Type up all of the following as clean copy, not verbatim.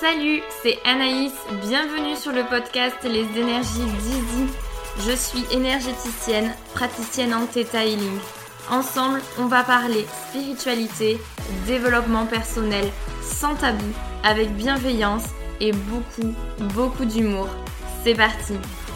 Salut, c'est Anaïs, bienvenue sur le podcast Les énergies d'Easy. Je suis énergéticienne, praticienne en Theta Healing. Ensemble, on va parler spiritualité, développement personnel, sans tabou, avec bienveillance et beaucoup d'humour. C'est parti!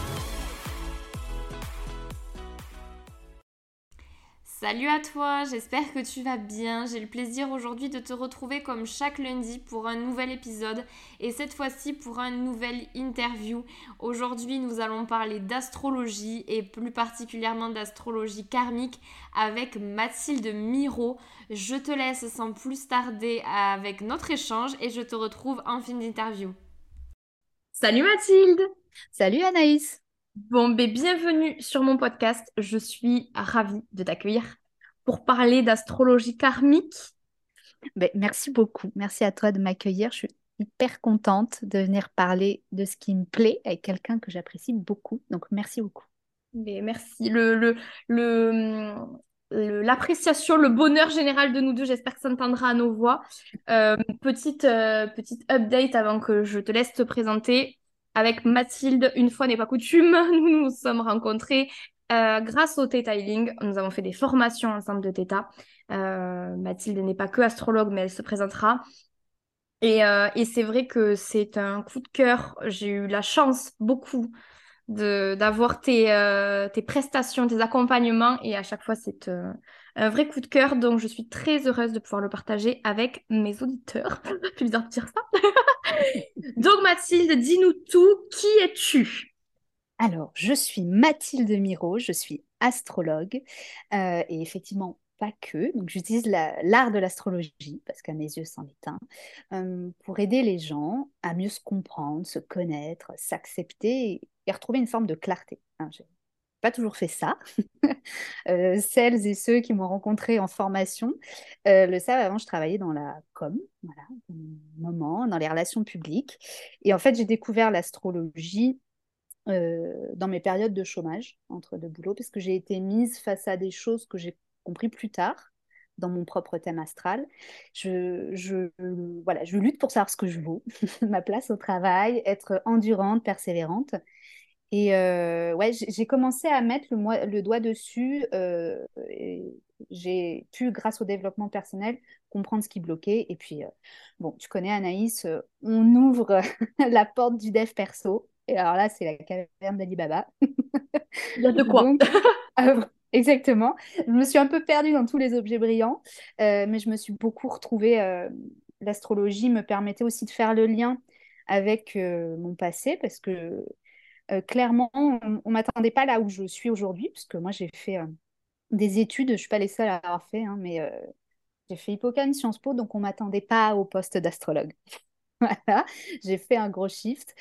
Salut à toi, j'espère que tu vas bien. J'ai le plaisir aujourd'hui de te retrouver comme chaque lundi pour un nouvel épisode et cette fois-ci pour un nouvel interview. Aujourd'hui, nous allons parler d'astrologie et plus particulièrement d'astrologie karmique avec Mathilde Miro. Je te laisse sans plus tarder avec notre échange et je te retrouve en fin d'interview. Salut Mathilde! Salut Anaïs. Bienvenue sur mon podcast. Je suis ravie de t'accueillir pour parler d'astrologie karmique. Merci beaucoup. Merci à toi de m'accueillir. Je suis hyper contente de venir parler de ce qui me plaît avec quelqu'un que j'apprécie beaucoup. Donc, merci beaucoup. Mais merci. L'appréciation, le bonheur général de nous deux, j'espère que ça entendra à nos voix. Petite update avant que je te laisse te présenter. Avec Mathilde, une fois n'est pas coutume, nous nous sommes rencontrés grâce au Theta Healing. Nous avons fait des formations ensemble de Theta. Mathilde n'est pas que astrologue, mais elle se présentera. Et c'est vrai que c'est un coup de cœur. J'ai eu la chance beaucoup d'avoir tes prestations, tes accompagnements et à chaque fois c'est un vrai coup de cœur, donc je suis très heureuse de pouvoir le partager avec mes auditeurs. C'est bizarre de dire ça. Donc Mathilde, dis-nous tout, qui es-tu? Alors, je suis Mathilde Miro, je suis astrologue et effectivement pas que. Donc, j'utilise l'art de l'astrologie, parce qu'à mes yeux, c'en est un, pour aider les gens à mieux se comprendre, se connaître, s'accepter et retrouver une forme de clarté. Hein, j'ai pas toujours fait ça. Celles et ceux qui m'ont rencontré en formation le savent. Avant, je travaillais dans la com, voilà, au moment, dans les relations publiques. Et en fait, j'ai découvert l'astrologie dans mes périodes de chômage entre deux boulots, parce que j'ai été mise face à des choses que j'ai compris plus tard dans mon propre thème astral. Voilà, je lutte pour savoir ce que je vaux, ma place au travail, être endurante, persévérante. Et ouais, j'ai commencé à mettre le doigt dessus. Et j'ai pu, grâce au développement personnel, comprendre ce qui bloquait. Et puis, bon, tu connais Anaïs, on ouvre la porte du dev perso. Et alors là, c'est la caverne d'Ali Baba. Il y a de quoi. Donc, exactement. Je me suis un peu perdue dans tous les objets brillants, mais je me suis beaucoup retrouvée. L'astrologie me permettait aussi de faire le lien avec mon passé, parce que clairement, on ne m'attendait pas là où je suis aujourd'hui, parce que moi, j'ai fait des études, je ne suis pas les seules à avoir fait, hein, mais j'ai fait Hippocane, Sciences Po, donc on ne m'attendait pas au poste d'astrologue. Voilà, j'ai fait un gros shift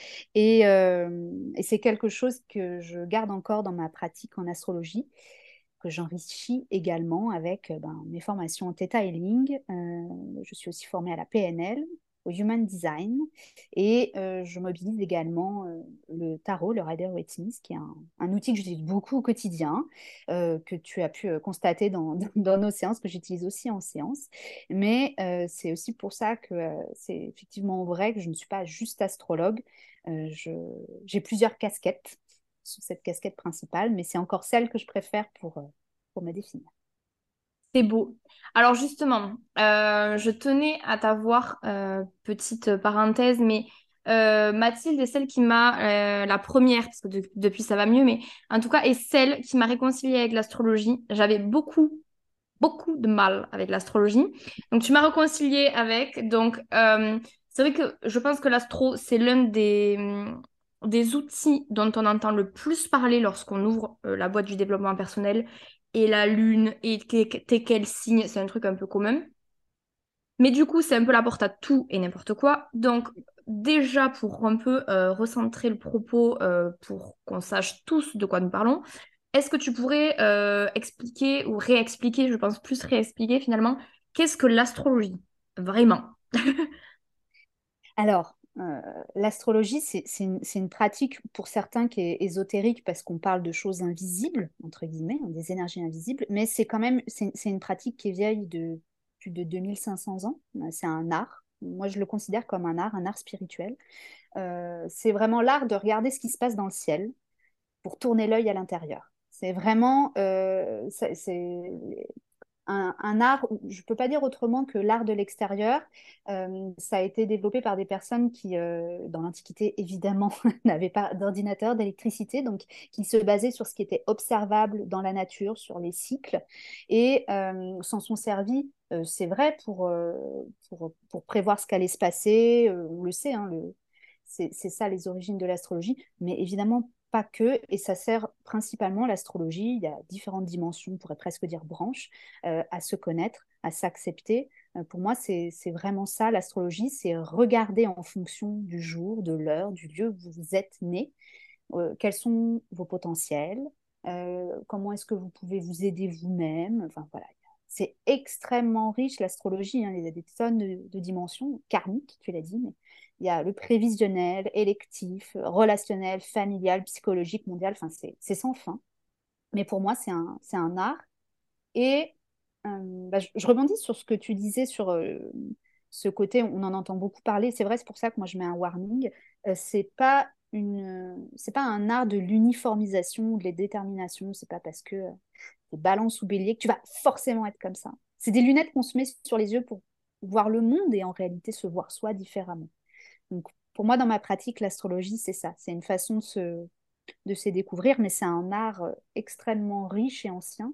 et c'est quelque chose que je garde encore dans ma pratique en astrologie, que j'enrichis également avec mes formations en Theta Healing. Je suis aussi formée à la PNL, au Human Design et je mobilise également le tarot, le Rider-Waite-Smith, qui est un outil que j'utilise beaucoup au quotidien, que tu as pu constater dans nos séances, que j'utilise aussi en séance. Mais c'est aussi pour ça que c'est effectivement vrai que je ne suis pas juste astrologue. J'ai plusieurs casquettes sous cette casquette principale, mais c'est encore celle que je préfère pour me définir. C'est beau. Alors justement, je tenais à t'avoir, petite parenthèse, mais Mathilde est celle qui m'a, la première, parce que depuis ça va mieux, mais en tout cas est celle qui m'a réconciliée avec l'astrologie. J'avais beaucoup de mal avec l'astrologie. Donc tu m'as réconciliée avec. Donc c'est vrai que je pense que l'astro, c'est l'un des outils dont on entend le plus parler lorsqu'on ouvre la boîte du développement personnel. Et la lune, et t'es quel signe, c'est un truc un peu commun. Mais du coup, c'est un peu la porte à tout et n'importe quoi. Donc, déjà, pour un peu recentrer le propos, pour qu'on sache tous de quoi nous parlons, est-ce que tu pourrais expliquer ou réexpliquer, je pense plus réexpliquer finalement, qu'est-ce que l'astrologie? Vraiment. Alors, l'astrologie, c'est une pratique pour certains qui est ésotérique parce qu'on parle de choses invisibles, entre guillemets, hein, des énergies invisibles, mais c'est quand même, c'est une pratique qui est vieille de plus de 2500 ans. C'est un art. moi je le considère comme un art spirituel. C'est vraiment l'art de regarder ce qui se passe dans le ciel pour tourner l'œil à l'intérieur. C'est vraiment c'est un art, je ne peux pas dire autrement que l'art de l'extérieur. Ça a été développé par des personnes qui, dans l'Antiquité, évidemment, n'avaient pas d'ordinateur, d'électricité, donc qui se basaient sur ce qui était observable dans la nature, sur les cycles, et s'en sont servis, c'est vrai, pour prévoir ce qu'allait se passer. On le sait, hein, c'est ça les origines de l'astrologie, mais évidemment pas que, et ça sert principalement l'astrologie. Il y a différentes dimensions, on pourrait presque dire branches, à se connaître, à s'accepter. Pour moi, c'est vraiment ça, l'astrologie, c'est regarder en fonction du jour, de l'heure, du lieu où vous êtes né, quels sont vos potentiels, comment est-ce que vous pouvez vous aider vous-même. Enfin voilà, c'est extrêmement riche l'astrologie, hein. Il y a des tonnes de dimensions karmiques, tu l'as dit, mais il y a le prévisionnel, électif, relationnel, familial, psychologique, mondial, enfin c'est sans fin. Mais pour moi, c'est un art. Et je rebondis sur ce que tu disais sur ce côté, on en entend beaucoup parler. C'est vrai, c'est pour ça que moi je mets un warning. C'est pas un art de l'uniformisation, de la détermination. C'est pas parce que t'es Balance ou Bélier que tu vas forcément être comme ça. C'est des lunettes qu'on se met sur les yeux pour voir le monde et en réalité se voir soi différemment. Donc pour moi, dans ma pratique, l'astrologie, c'est ça. C'est une façon de se découvrir, mais c'est un art extrêmement riche et ancien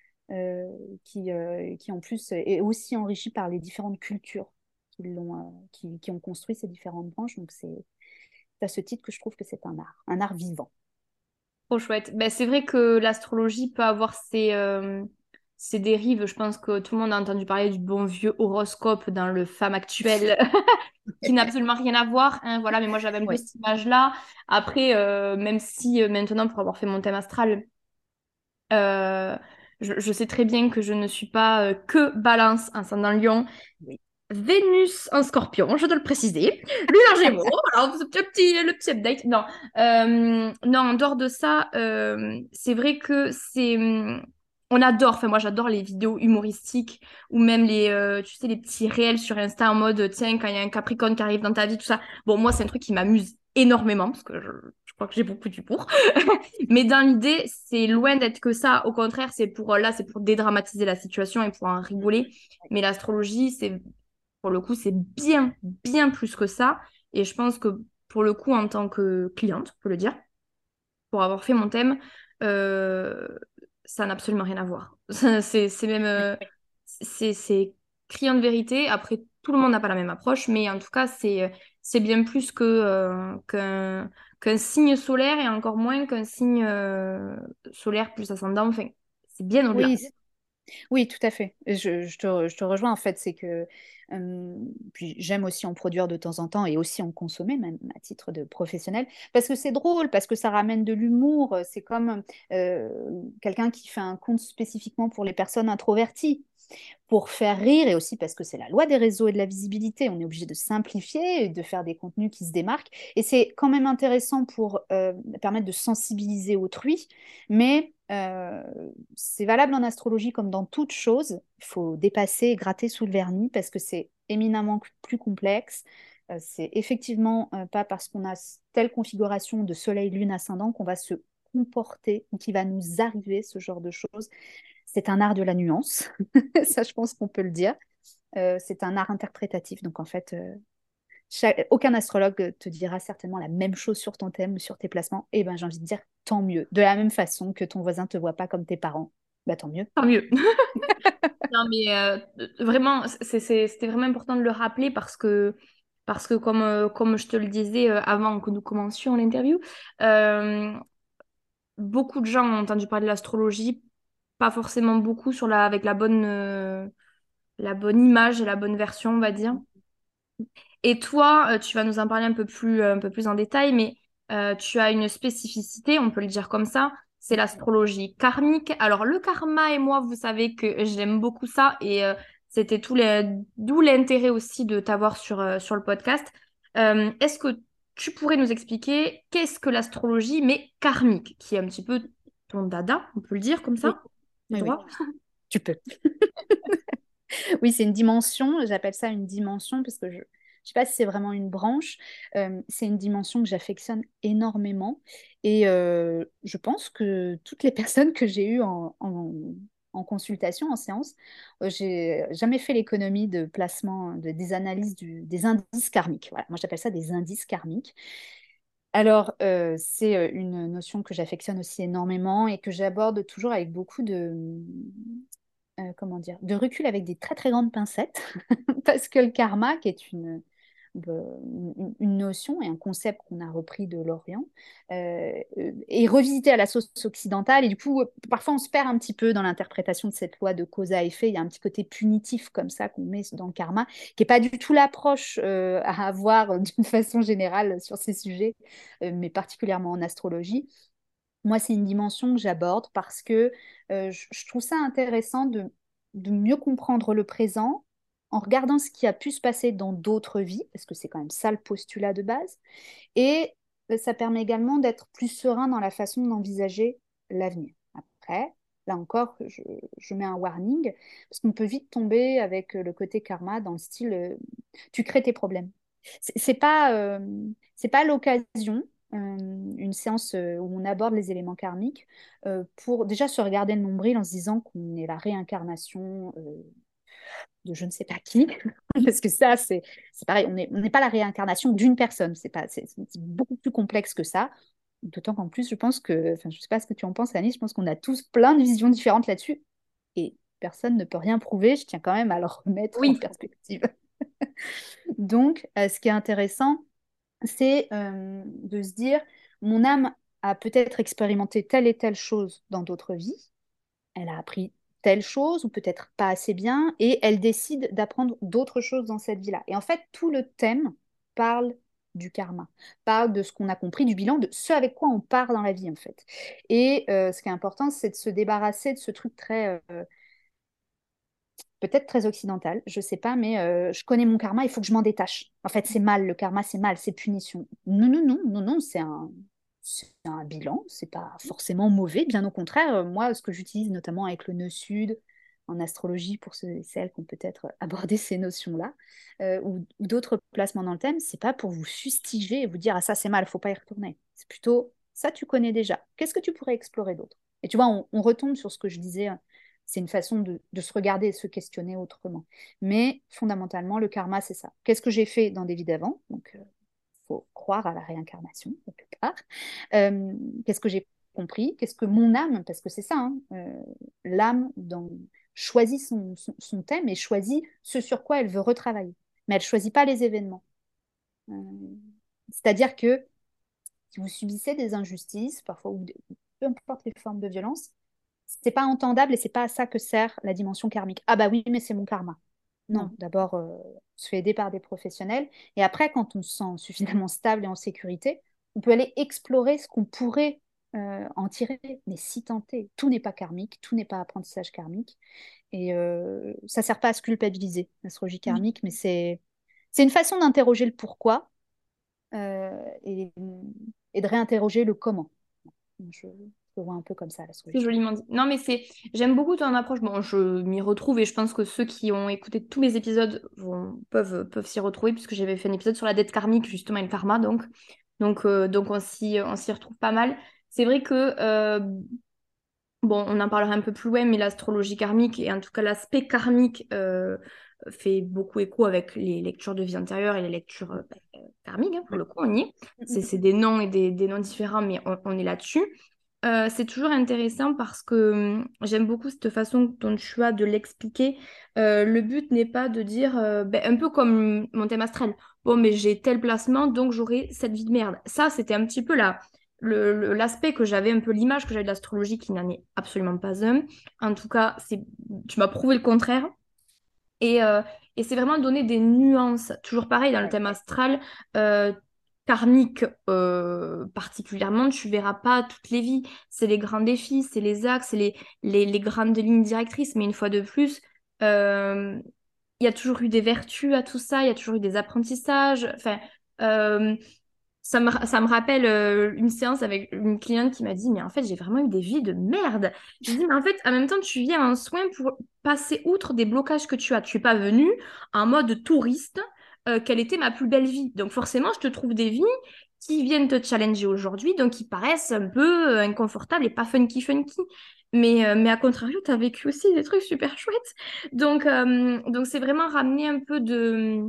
qui en plus est aussi enrichi par les différentes cultures qui ont construit ces différentes branches. Donc c'est à ce titre que je trouve que c'est un art vivant. Trop chouette. Ben, c'est vrai que l'astrologie peut avoir ses dérives. Je pense que tout le monde a entendu parler du bon vieux horoscope dans le Femme actuelle, qui n'a absolument rien à voir, hein, voilà, mais moi j'avais un peu Ouais. cette image-là. Après, même si maintenant, pour avoir fait mon thème astral, euh, je sais très bien que je ne suis pas que Balance, ascendant Lion, Oui. Vénus en Scorpion, je dois le préciser. Lune en Gémeaux, voilà, le petit update. Non, non, en dehors de ça, c'est vrai que on adore, enfin moi j'adore les vidéos humoristiques ou même tu sais, les petits réels sur Insta en mode, tiens, quand il y a un Capricorne qui arrive dans ta vie, tout ça. Bon, moi c'est un truc qui m'amuse énormément parce que je crois que j'ai beaucoup d'humour. Mais dans l'idée, c'est loin d'être que ça. Au contraire, c'est pour dédramatiser la situation et pour en rigoler. Mais l'astrologie, pour le coup, c'est bien, bien plus que ça. Et je pense que pour le coup, en tant que cliente, on peut le dire, pour avoir fait mon thème, euh, ça n'a absolument rien à voir. C'est même, c'est criant de vérité. Après, tout le monde n'a pas la même approche, mais en tout cas, c'est bien plus qu'un signe solaire et encore moins qu'un signe solaire plus ascendant. Enfin, c'est bien au-delà. Oui, oui, tout à fait. Je te rejoins en fait, c'est que puis j'aime aussi en produire de temps en temps et aussi en consommer même à titre de professionnel parce que c'est drôle, parce que ça ramène de l'humour. C'est comme euh, quelqu'un qui fait un compte spécifiquement pour les personnes introverties, pour faire rire et aussi parce que c'est la loi des réseaux et de la visibilité. On est obligé de simplifier et de faire des contenus qui se démarquent. Et c'est quand même intéressant pour permettre de sensibiliser autrui, mais c'est valable en astrologie comme dans toute chose. Il faut dépasser et gratter sous le vernis parce que c'est éminemment plus complexe. C'est effectivement pas parce qu'on a telle configuration de soleil, lune, ascendant qu'on va se comporter ou qu'il va nous arriver ce genre de choses. C'est un art de la nuance, ça je pense qu'on peut le dire. C'est un art interprétatif, donc en fait, aucun astrologue te dira certainement la même chose sur ton thème ou sur tes placements. Et ben j'ai envie de dire tant mieux. De la même façon que ton voisin te voit pas comme tes parents, bah tant mieux. Tant mieux. Non, mais vraiment, c'était vraiment important de le rappeler parce que comme je te le disais avant que nous commencions l'interview, euh, beaucoup de gens ont entendu parler de l'astrologie, pas forcément beaucoup avec la bonne image et la bonne version, on va dire. Et toi, tu vas nous en parler un peu plus en détail, mais tu as une spécificité, on peut le dire comme ça, c'est l'astrologie karmique. Alors, le karma et moi, vous savez que j'aime beaucoup ça et c'était d'où l'intérêt aussi de t'avoir sur le podcast. Est-ce que tu pourrais nous expliquer qu'est-ce que l'astrologie, mais karmique, qui est un petit peu ton dada, on peut le dire comme Oui, ça? J'ai oui, oui, droit? tu peux. Oui, c'est une dimension, j'appelle ça une dimension parce que je ne sais pas si c'est vraiment une branche. C'est une dimension que j'affectionne énormément et je pense que toutes les personnes que j'ai eues en consultation, en séance, j'ai jamais fait l'économie de placement, des analyses des indices karmiques. Voilà, moi j'appelle ça des indices karmiques. Alors, c'est une notion que j'affectionne aussi énormément et que j'aborde toujours avec beaucoup comment dire, de recul avec des très très grandes pincettes, parce que le karma, qui est une notion et un concept qu'on a repris de l'Orient, est revisité à la sauce occidentale, et du coup, parfois on se perd un petit peu dans l'interprétation de cette loi de cause à effet. Il y a un petit côté punitif comme ça qu'on met dans le karma, qui n'est pas du tout l'approche à avoir d'une façon générale sur ces sujets, mais particulièrement en astrologie. Moi, c'est une dimension que j'aborde parce que je trouve ça intéressant de mieux comprendre le présent en regardant ce qui a pu se passer dans d'autres vies, parce que c'est quand même ça le postulat de base. Et ça permet également d'être plus serein dans la façon d'envisager l'avenir. Après, là encore, je mets un warning, parce qu'on peut vite tomber avec le côté karma dans le style tu crées tes problèmes. C'est pas l'occasion, une séance où on aborde les éléments karmiques, pour déjà se regarder le nombril en se disant qu'on est la réincarnation de je ne sais pas qui, parce que ça, c'est pareil, on n'est pas la réincarnation d'une personne, c'est beaucoup plus complexe que ça. D'autant qu'en plus, je pense que, enfin, je sais pas ce que tu en penses, Annie, je pense qu'on a tous plein de visions différentes là-dessus, et personne ne peut rien prouver, je tiens quand même à le remettre en Oui, perspective. Donc, ce qui est intéressant, c'est de se dire, mon âme a peut-être expérimenté telle et telle chose dans d'autres vies, elle a appris telle chose ou peut-être pas assez bien, et elle décide d'apprendre d'autres choses dans cette vie-là. Et en fait, tout le thème parle du karma, parle de ce qu'on a compris, du bilan, de ce avec quoi on part dans la vie, en fait. Et ce qui est important, c'est de se débarrasser de ce truc très, peut-être très occidental, je sais pas, mais je connais mon karma, il faut que je m'en détache. En fait, c'est mal, le karma, c'est mal, c'est punition. Non, non, non, non, non, c'est un bilan, c'est pas forcément mauvais, bien au contraire. Moi, ce que j'utilise notamment avec le nœud sud en astrologie pour ceux et celles qui ont peut-être abordé ces notions-là, ou d'autres placements dans le thème, c'est pas pour vous fustiger et vous dire ah ça c'est mal, faut pas y retourner. C'est plutôt ça tu connais déjà. Qu'est-ce que tu pourrais explorer d'autre? Et tu vois, on retombe sur ce que je disais, c'est une façon de se regarder et de se questionner autrement. Mais fondamentalement, le karma, c'est ça. Qu'est-ce que j'ai fait dans des vies d'avant? Donc, faut croire à la réincarnation, quelque part. Euh, Qu'est-ce que j'ai compris? Qu'est-ce que mon âme, parce que c'est ça, hein, l'âme choisit son thème et choisit ce sur quoi elle veut retravailler. Mais elle ne choisit pas les événements. Euh, C'est-à-dire que si vous subissez des injustices, parfois, peu importe les formes de violence, c'est pas entendable et c'est pas à ça que sert la dimension karmique. Ah bah oui, mais c'est mon karma. Non, non. d'abord, on se fait aider par des professionnels. Et après, quand on se sent suffisamment stable et en sécurité, on peut aller explorer ce qu'on pourrait en tirer. Mais si tenter, tout n'est pas karmique, tout n'est pas apprentissage karmique. Et ça sert pas à se culpabiliser, l'astrologie Oui. karmique, mais c'est une façon d'interroger le pourquoi et de réinterroger le comment. Je le vois un peu comme ça, C'est l'astrologie joliment karmique. dit. Non, mais j'aime beaucoup ton approche. Bon, je m'y retrouve et je pense que ceux qui ont écouté tous mes épisodes peuvent s'y retrouver puisque j'avais fait un épisode sur la dette karmique justement et le karma. Donc on s'y retrouve pas mal. C'est vrai que, bon, on en parlera un peu plus loin, mais l'astrologie karmique et en tout cas l'aspect karmique fait beaucoup écho avec les lectures de vie antérieure et les lectures karmiques, hein, pour le coup, on y est. C'est des noms et des noms différents, mais on est là-dessus. C'est toujours intéressant parce que j'aime beaucoup cette façon dont tu as de l'expliquer. Le but n'est pas de dire, ben, un peu comme mon thème astral, bon, mais j'ai tel placement, donc j'aurai cette vie de merde. Ça, c'était un petit peu l'aspect que j'avais, un peu l'image que j'avais de l'astrologie qui n'en est absolument pas un. En tout cas, tu m'as prouvé le contraire. Et, euh, et c'est vraiment donner des nuances. Toujours pareil, dans le Ouais. thème astral, euh, karmique particulièrement, tu verras pas toutes les vies. C'est les grands défis, c'est les axes, c'est les grandes lignes directrices. Mais une fois de plus, euh, il y a toujours eu des vertus à tout ça, il y a toujours eu des apprentissages. Enfin, euh, ça me rappelle une séance avec une cliente qui m'a dit, mais en fait, j'ai vraiment eu des vies de merde. Je lui dis, mais en fait, en même temps, tu viens en soin pour passer outre des blocages que tu as. Tu es pas venu en mode touriste, quelle était ma plus belle vie. Donc forcément, je te trouve des vies qui viennent te challenger aujourd'hui, donc qui paraissent un peu inconfortables et pas funky funky. Mais à contrario, tu as vécu aussi des trucs super chouettes. Donc c'est vraiment ramener un peu de...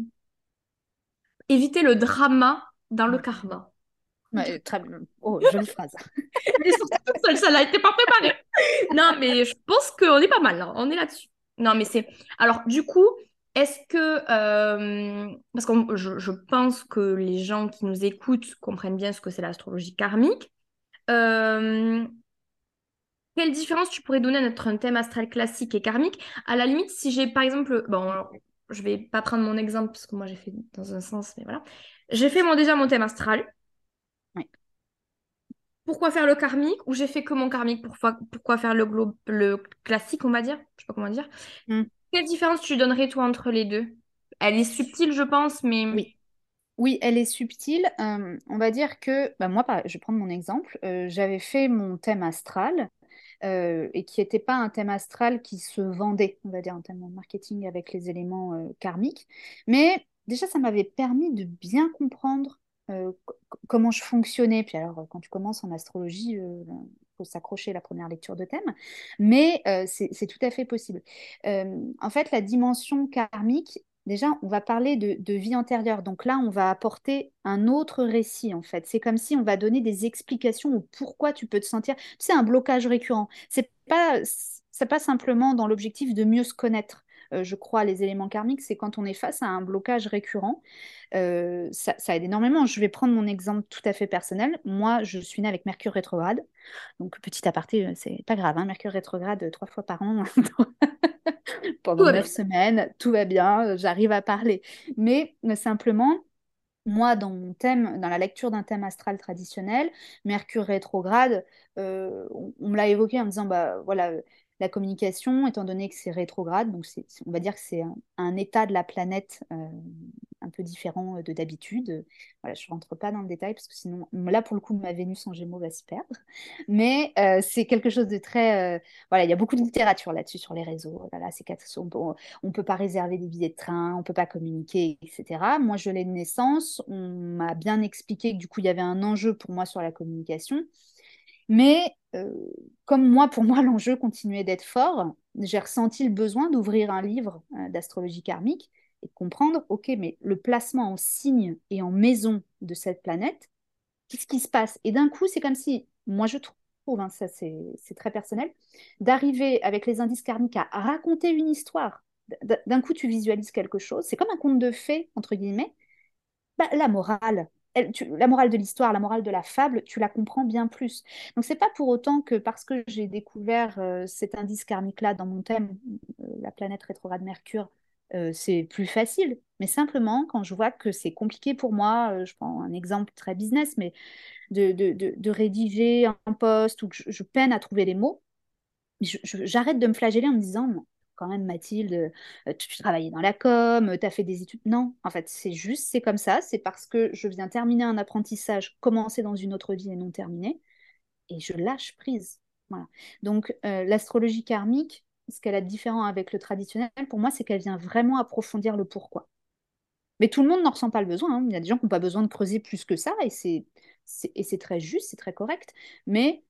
éviter le drama dans le karma. Ouais, très bien. Oh, jolie phrase. Mais surtout toute seule, ça n'a été pas préparée. Non, mais je pense qu'on est pas mal, là. On est là-dessus. Non, mais c'est... Alors, du coup, est-ce que... Parce que je pense que les gens qui nous écoutent comprennent bien ce que c'est l'astrologie karmique. Euh, Quelle différence tu pourrais donner entre un thème astral classique et karmique? À la limite, si j'ai, par exemple... Bon, alors, je vais pas prendre mon exemple, parce que moi, j'ai fait dans un sens, mais voilà. J'ai fait déjà mon thème astral. Ouais. Pourquoi faire le karmique ou j'ai fait que mon karmique, pourquoi faire le classique, on va dire? Je sais pas comment dire. Mm. Quelle différence tu donnerais toi entre les deux? Elle est subtile, je pense, mais... Oui. Oui, elle est subtile. On va dire que, bah, moi, je vais prendre mon exemple. J'avais fait mon thème astral et qui n'était pas un thème astral qui se vendait, on va dire, en termes de marketing avec les éléments karmiques. Mais déjà, ça m'avait permis de bien comprendre comment je fonctionnais. Puis alors, quand tu commences en astrologie, il faut s'accrocher à la première lecture de thème. Mais c'est tout à fait possible. En fait, la dimension karmique, déjà, on va parler de vie antérieure. Donc là, on va apporter un autre récit, en fait. C'est comme si on va donner des explications au pourquoi tu peux te sentir. C'est un blocage récurrent. C'est pas simplement dans l'objectif de mieux se connaître. Je crois, les éléments karmiques, c'est quand on est face à un blocage récurrent. Ça aide énormément. Je vais prendre mon exemple tout à fait personnel. Moi, je suis née avec Mercure rétrograde. Donc, petit aparté, c'est pas grave, hein, Mercure rétrograde 3 fois par an. Tout Pendant va 9 semaines, tout va bien, j'arrive à parler. Mais simplement, moi, dans mon thème, dans la lecture d'un thème astral traditionnel, Mercure rétrograde, on me l'a évoqué en me disant, bah voilà, la communication, étant donné que c'est rétrograde, donc on va dire que c'est un état de la planète un peu différent de d'habitude. Voilà, je ne rentre pas dans le détail parce que sinon, là, pour le coup, ma Vénus en Gémeaux va se perdre. Mais c'est quelque chose de très... voilà, il y a beaucoup de littérature là-dessus sur les réseaux. Voilà, on peut pas réserver des billets de train, on peut pas communiquer, etc. Moi, je l'ai de naissance. On m'a bien expliqué que du coup, il y avait un enjeu pour moi sur la communication. Mais comme moi, pour moi, l'enjeu continuait d'être fort, j'ai ressenti le besoin d'ouvrir un livre d'astrologie karmique et de comprendre, ok, mais le placement en signe et en maison de cette planète, qu'est-ce qui se passe? Et d'un coup, c'est comme si, moi je trouve, hein, ça c'est très personnel, d'arriver avec les indices karmiques à raconter une histoire. D'un coup, tu visualises quelque chose. C'est comme un conte de fées, entre guillemets. Bah, la morale, la morale de l'histoire, la morale de la fable, tu la comprends bien plus. Donc, c'est pas pour autant que parce que j'ai découvert cet indice karmique-là dans mon thème, la planète rétrograde Mercure, c'est plus facile. Mais simplement, quand je vois que c'est compliqué pour moi, je prends un exemple très business, mais de rédiger un post ou que je peine à trouver les mots, j'arrête de me flageller en me disant, non, quand même, Mathilde, tu travaillais dans la com, tu as fait des études. Non, en fait, c'est juste, c'est comme ça. C'est parce que je viens terminer un apprentissage, commencer dans une autre vie et non terminer, et je lâche prise. Voilà. Donc, l'astrologie karmique, ce qu'elle a de différent avec le traditionnel, pour moi, c'est qu'elle vient vraiment approfondir le pourquoi. Mais tout le monde n'en ressent pas le besoin, hein. Il y a des gens qui n'ont pas besoin de creuser plus que ça, et c'est très juste, c'est très correct. Mais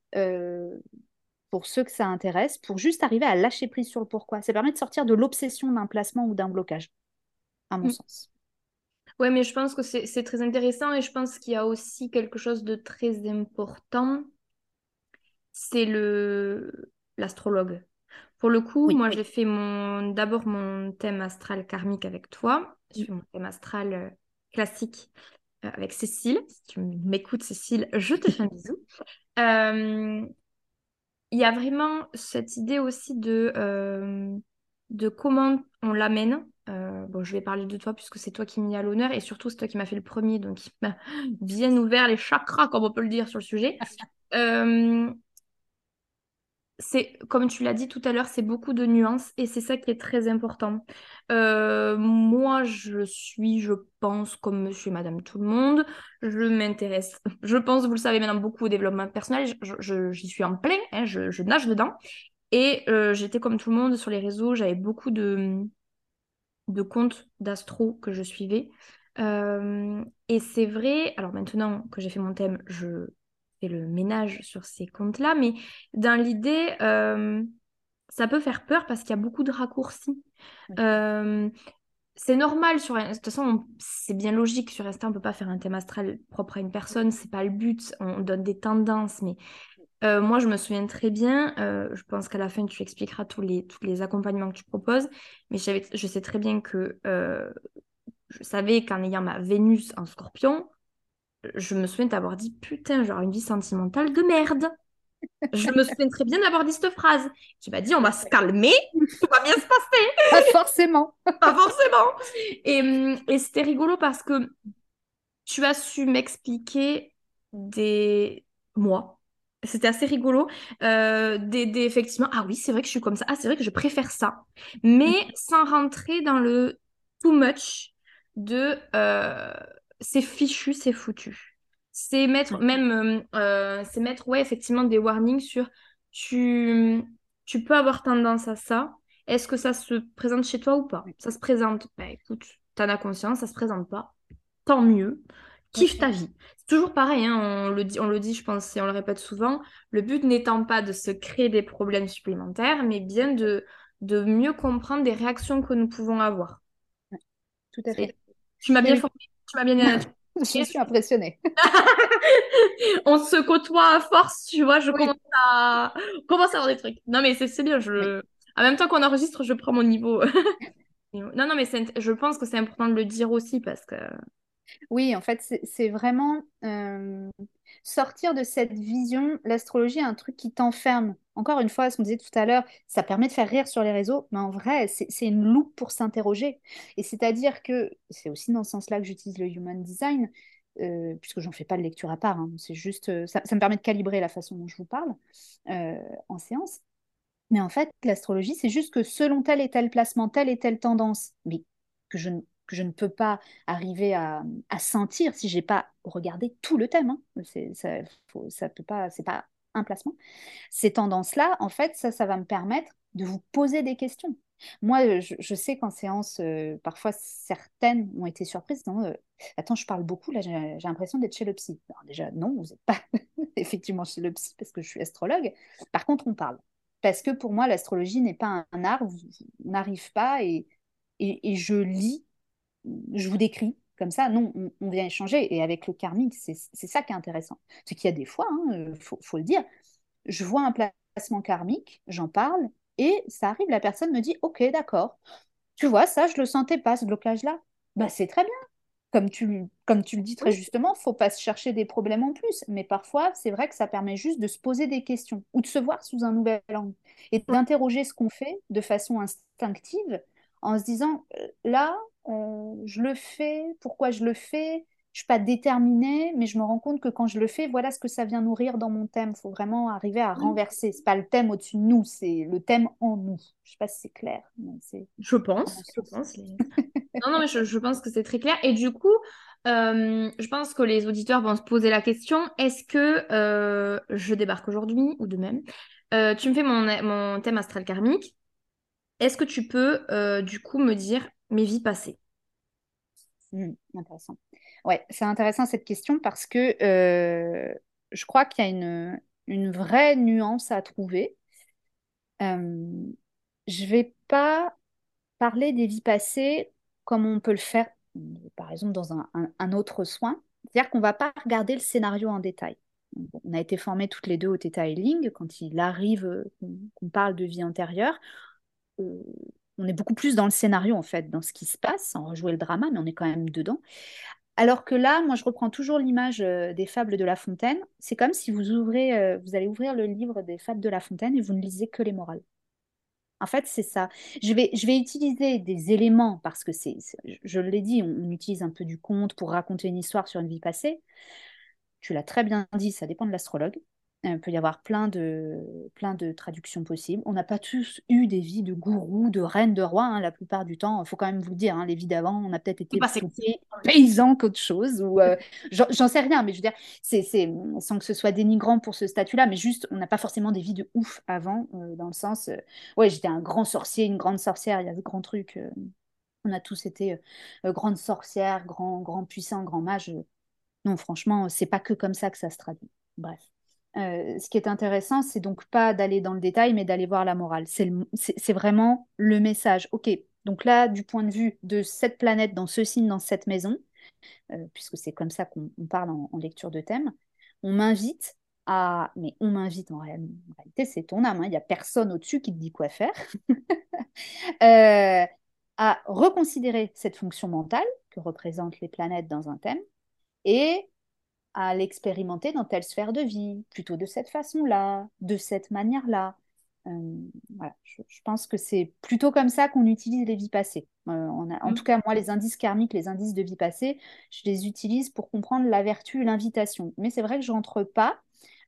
pour ceux que ça intéresse, pour juste arriver à lâcher prise sur le pourquoi, ça permet de sortir de l'obsession d'un placement ou d'un blocage, à mon Mm. sens. Ouais, mais je pense que c'est très intéressant et je pense qu'il y a aussi quelque chose de très important, c'est l'astrologue. Pour le coup, Oui. moi, j'ai fait d'abord mon thème astral karmique avec toi. Je fais mon thème astral classique avec Cécile. Si tu m'écoutes, Cécile, je te fais un bisou. Euh, Il y a vraiment cette idée aussi de comment on l'amène. Bon, je vais parler de toi puisque c'est toi qui m'y as l'honneur et surtout c'est toi qui m'as fait le premier, donc qui m'a bien ouvert les chakras, comme on peut le dire, sur le sujet. Euh, c'est, comme tu l'as dit tout à l'heure, c'est beaucoup de nuances et c'est ça qui est très important. Moi, je pense, comme monsieur et madame tout le monde, je m'intéresse, je pense, vous le savez maintenant, beaucoup au développement personnel. J'y suis en plein, hein, je nage dedans. Et j'étais comme tout le monde sur les réseaux, j'avais beaucoup de comptes d'astro que je suivais. Et c'est vrai, alors maintenant que j'ai fait mon thème, je fais le ménage sur ces comptes-là, mais dans l'idée, ça peut faire peur parce qu'il y a beaucoup de raccourcis. Oui. Euh, c'est normal de toute façon, c'est bien logique sur Insta, on peut pas faire un thème astral propre à une personne, c'est pas le but, on donne des tendances, mais moi je me souviens très bien, je pense qu'à la fin tu expliqueras tous les accompagnements que tu proposes, mais je sais très bien que je savais qu'en ayant ma Vénus en Scorpion, je me souviens t'avoir dit putain, genre une vie sentimentale de merde. Je me souviens très bien d'avoir dit cette phrase. Tu m'as dit on va se calmer, tout va bien se passer. Pas forcément. Pas forcément. Et c'était rigolo parce que tu as su m'expliquer des mois. C'était assez rigolo. Effectivement, ah oui, c'est vrai que je suis comme ça. Ah, c'est vrai que je préfère ça. Mais sans rentrer dans le too much de c'est fichu, c'est foutu. C'est mettre Ouais. même, c'est mettre, ouais, effectivement, des warnings sur tu, tu peux avoir tendance à ça. Est-ce que ça se présente chez toi ou pas? Ouais. Ça se présente, bah écoute, t'en as conscience, ça se présente pas, tant mieux. Ouais. Kiffe ta vie. C'est toujours pareil, hein, on le dit, je pense, et on le répète souvent. Le but n'étant pas de se créer des problèmes supplémentaires, mais bien de mieux comprendre des réactions que nous pouvons avoir. Ouais. Tout à fait. Tu m'as Oui, bien oui. formé, tu m'as bien. Je suis impressionnée. On se côtoie à force, tu vois, Oui. commence à avoir des trucs. Non, mais c'est bien. Oui. En même temps qu'on enregistre, je prends mon niveau. Non, non, mais je pense que c'est important de le dire aussi parce que. Oui, en fait, c'est vraiment sortir de cette vision. L'astrologie est un truc qui t'enferme. Encore une fois, ce qu'on disait tout à l'heure, ça permet de faire rire sur les réseaux, mais en vrai, c'est une loupe pour s'interroger. Et c'est-à-dire que c'est aussi dans ce sens-là que j'utilise le human design, puisque j'en fais pas de lecture à part, hein. C'est juste, ça me permet de calibrer la façon dont je vous parle euh, en séance. Mais en fait, l'astrologie, c'est juste que selon tel et tel placement, telle et telle tendance, mais que je ne peux pas arriver à sentir si j'ai pas regardé tout le thème, hein. Ça peut pas, c'est pas un placement. Ces tendances-là, en fait, ça va me permettre de vous poser des questions. Moi, je sais qu'en séance, parfois certaines ont été surprises. Non, attends, je parle beaucoup, là, j'ai l'impression d'être chez le psy. Alors déjà, non, vous n'êtes pas effectivement chez le psy parce que je suis astrologue. Par contre, on parle. Parce que pour moi, l'astrologie n'est pas un art, on n'arrive pas et je lis, je vous décris comme ça. Non, on vient échanger. Et avec le karmique, c'est ça qui est intéressant. C'est qu'il y a des fois, il faut le dire, je vois un placement karmique, j'en parle, et ça arrive, la personne me dit, ok, d'accord, tu vois, ça, je le sentais pas, ce blocage-là. Bah, c'est très bien. Comme tu le dis très Oui. justement, faut pas se chercher des problèmes en plus. Mais parfois, c'est vrai que ça permet juste de se poser des questions ou de se voir sous un nouvel angle et d'interroger ce qu'on fait de façon instinctive en se disant, là, je le fais, pourquoi je le fais? Je suis pas déterminée, mais je me rends compte que quand je le fais, voilà ce que ça vient nourrir dans mon thème. Il faut vraiment arriver à Oui. renverser. C'est pas le thème au-dessus de nous, c'est le thème en nous. Je sais pas si c'est clair, mais c'est à mon Je sens. pense. Non, non, mais je pense que c'est très clair. Et du coup, je pense que les auditeurs vont se poser la question, est-ce que je débarque aujourd'hui ou de même? Tu me fais mon thème astral karmique. Est-ce que tu peux, du coup, me dire mes vies passées? Intéressant. Ouais, c'est intéressant cette question parce que je crois qu'il y a une vraie nuance à trouver. Euh, je vais pas parler des vies passées comme on peut le faire, par exemple, dans un autre soin. C'est-à-dire qu'on va pas regarder le scénario en détail. Bon, on a été formés toutes les deux au Theta Healing. Quand il arrive qu'on parle de vie antérieure, euh, on est beaucoup plus dans le scénario, en fait, dans ce qui se passe, sans rejouer le drama, mais on est quand même dedans. Alors que là, moi, je reprends toujours l'image des fables de La Fontaine. C'est comme si vous allez ouvrir le livre des fables de La Fontaine et vous ne lisez que les morales. En fait, c'est ça. Je vais utiliser des éléments parce que je l'ai dit, on utilise un peu du conte pour raconter une histoire sur une vie passée. Tu l'as très bien dit, ça dépend de l'astrologue. Il peut y avoir plein de traductions possibles. On n'a pas tous eu des vies de gourous, de reines, de rois, hein, la plupart du temps. Il faut quand même vous le dire, hein, les vies d'avant, on a peut-être C'est été passé. plutôt paysans qu'autre chose. Ou, j'en sais rien, mais je veux dire, sans que ce soit dénigrant pour ce statut-là, mais juste, on n'a pas forcément des vies de ouf avant, dans le sens, ouais, j'étais un grand sorcier, une grande sorcière, il y a ce grand truc. On a tous été grandes sorcières, grands puissants, grands mages. Non, franchement, c'est pas que comme ça que ça se traduit. Bref. Ce qui est intéressant, c'est donc pas d'aller dans le détail, mais d'aller voir la morale. C'est vraiment le message. Ok, donc là, du point de vue de cette planète, dans ce signe, dans cette maison, puisque c'est comme ça qu'on on parle en lecture de thème, on m'invite à... Mais on m'invite en réalité, c'est ton âme, hein. Il n'y a personne au-dessus qui te dit quoi faire. Euh, à reconsidérer cette fonction mentale que représentent les planètes dans un thème et à l'expérimenter dans telle sphère de vie, plutôt de cette façon-là, de cette manière-là. Voilà, je pense que c'est plutôt comme ça qu'on utilise les vies passées. En tout Mm. cas, moi, les indices karmiques, les indices de vie passée, je les utilise pour comprendre la vertu, l'invitation. Mais c'est vrai que je rentre pas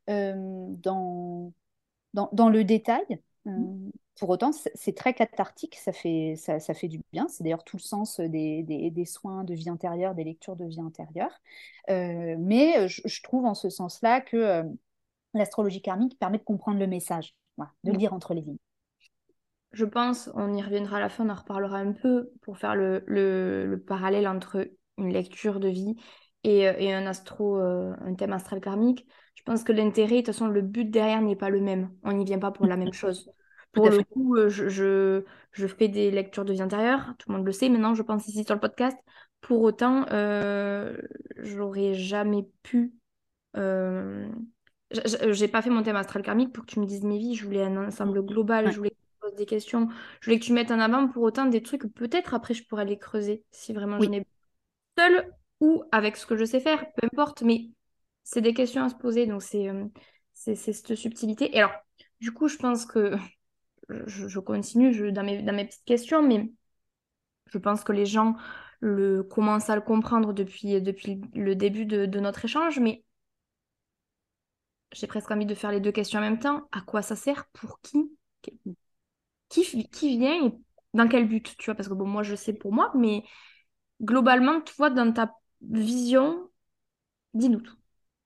dans le détail. Pour autant, c'est très cathartique, ça fait du bien. C'est d'ailleurs tout le sens des soins de vie intérieure, des lectures de vie intérieure. Mais je trouve en ce sens-là que l'astrologie karmique permet de comprendre le message, voilà, de le lire entre les lignes. Je pense, on y reviendra à la fin, on en reparlera un peu pour faire le parallèle entre une lecture de vie et un thème astral karmique. Je pense que l'intérêt, de toute façon, le but derrière n'est pas le même. On n'y vient pas pour la même chose. Tout Pour à le fait. coup, je fais des lectures de vie intérieure, tout le monde le sait maintenant, je pense ici sur le podcast. Pour autant, j'aurais jamais pu. euh, j'ai pas fait mon thème astral karmique pour que tu me dises mes vies. Je voulais un ensemble global, je Ouais. voulais que tu poses des questions, je voulais que tu mettes en avant pour autant des trucs que peut-être après je pourrais les creuser si vraiment j'en Oui. ai seule ou avec ce que je sais faire, peu importe, mais c'est des questions à se poser, donc c'est cette subtilité. Et alors, du coup, je pense que je continue dans mes petites questions, mais je pense que les gens commencent à le comprendre depuis le début de notre échange, mais j'ai presque envie de faire les deux questions en même temps. À quoi ça sert? Pour qui? Qui vient et dans quel but? Tu vois, parce que bon, moi, je sais pour moi, mais globalement, toi, dans ta vision, dis-nous tout.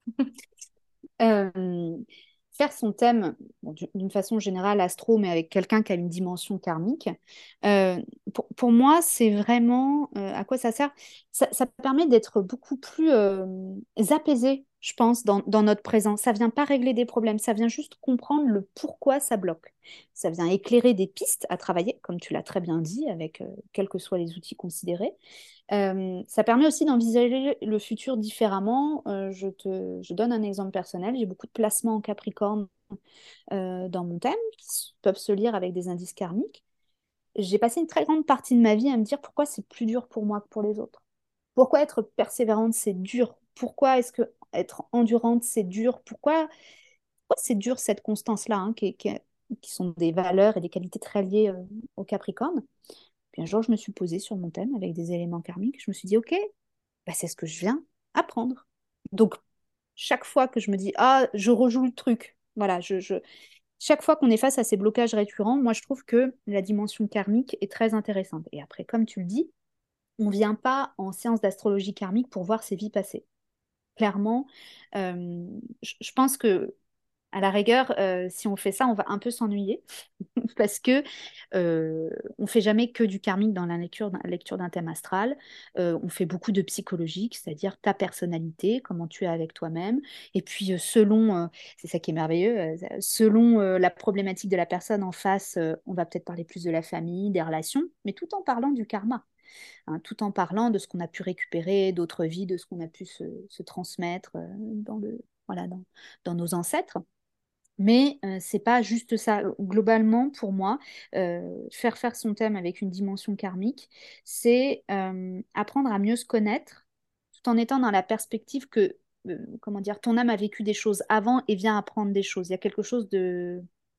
Euh, Faire son thème, bon, d'une façon générale, astro, mais avec quelqu'un qui a une dimension karmique, euh, pour moi, c'est vraiment à quoi ça sert? Ça permet d'être beaucoup plus apaisé, je pense, dans notre présent. Ça vient pas régler des problèmes, ça vient juste comprendre le pourquoi ça bloque. Ça vient éclairer des pistes à travailler, comme tu l'as très bien dit, avec quels que soient les outils considérés. Ça permet aussi d'envisager le futur différemment. Je donne un exemple personnel. J'ai beaucoup de placements en Capricorne dans mon thème peuvent se lire avec des indices karmiques. J'ai passé une très grande partie de ma vie à me dire pourquoi c'est plus dur pour moi que pour les autres. Pourquoi être persévérante, c'est dur? Pourquoi est-ce que être endurante, c'est dur? Pourquoi c'est dur cette constance-là, hein, qui sont des valeurs et des qualités très liées au Capricorne? Puis un jour, je me suis posée sur mon thème avec des éléments karmiques. Je me suis dit, OK, bah, c'est ce que je viens apprendre. Donc, chaque fois que je me dis, ah, je rejoue le truc, voilà, chaque fois qu'on est face à ces blocages récurrents, moi, je trouve que la dimension karmique est très intéressante. Et après, comme tu le dis, on ne vient pas en séance d'astrologie karmique pour voir ses vies passées. Clairement, je pense que à la rigueur, si on fait ça, on va un peu s'ennuyer parce que on fait jamais que du karmique dans la lecture d'un thème astral. On fait beaucoup de psychologique, c'est-à-dire ta personnalité, comment tu es avec toi-même. Et puis c'est ça qui est merveilleux, selon la problématique de la personne en face, on va peut-être parler plus de la famille, des relations, mais tout en parlant du karma, hein, tout en parlant de ce qu'on a pu récupérer d'autres vies, de ce qu'on a pu se transmettre voilà, dans nos ancêtres. Mais c'est pas juste ça. Globalement, pour moi, faire son thème avec une dimension karmique, c'est apprendre à mieux se connaître, tout en étant dans la perspective que, comment dire, ton âme a vécu des choses avant et vient apprendre des choses. Il y a quelque chose de...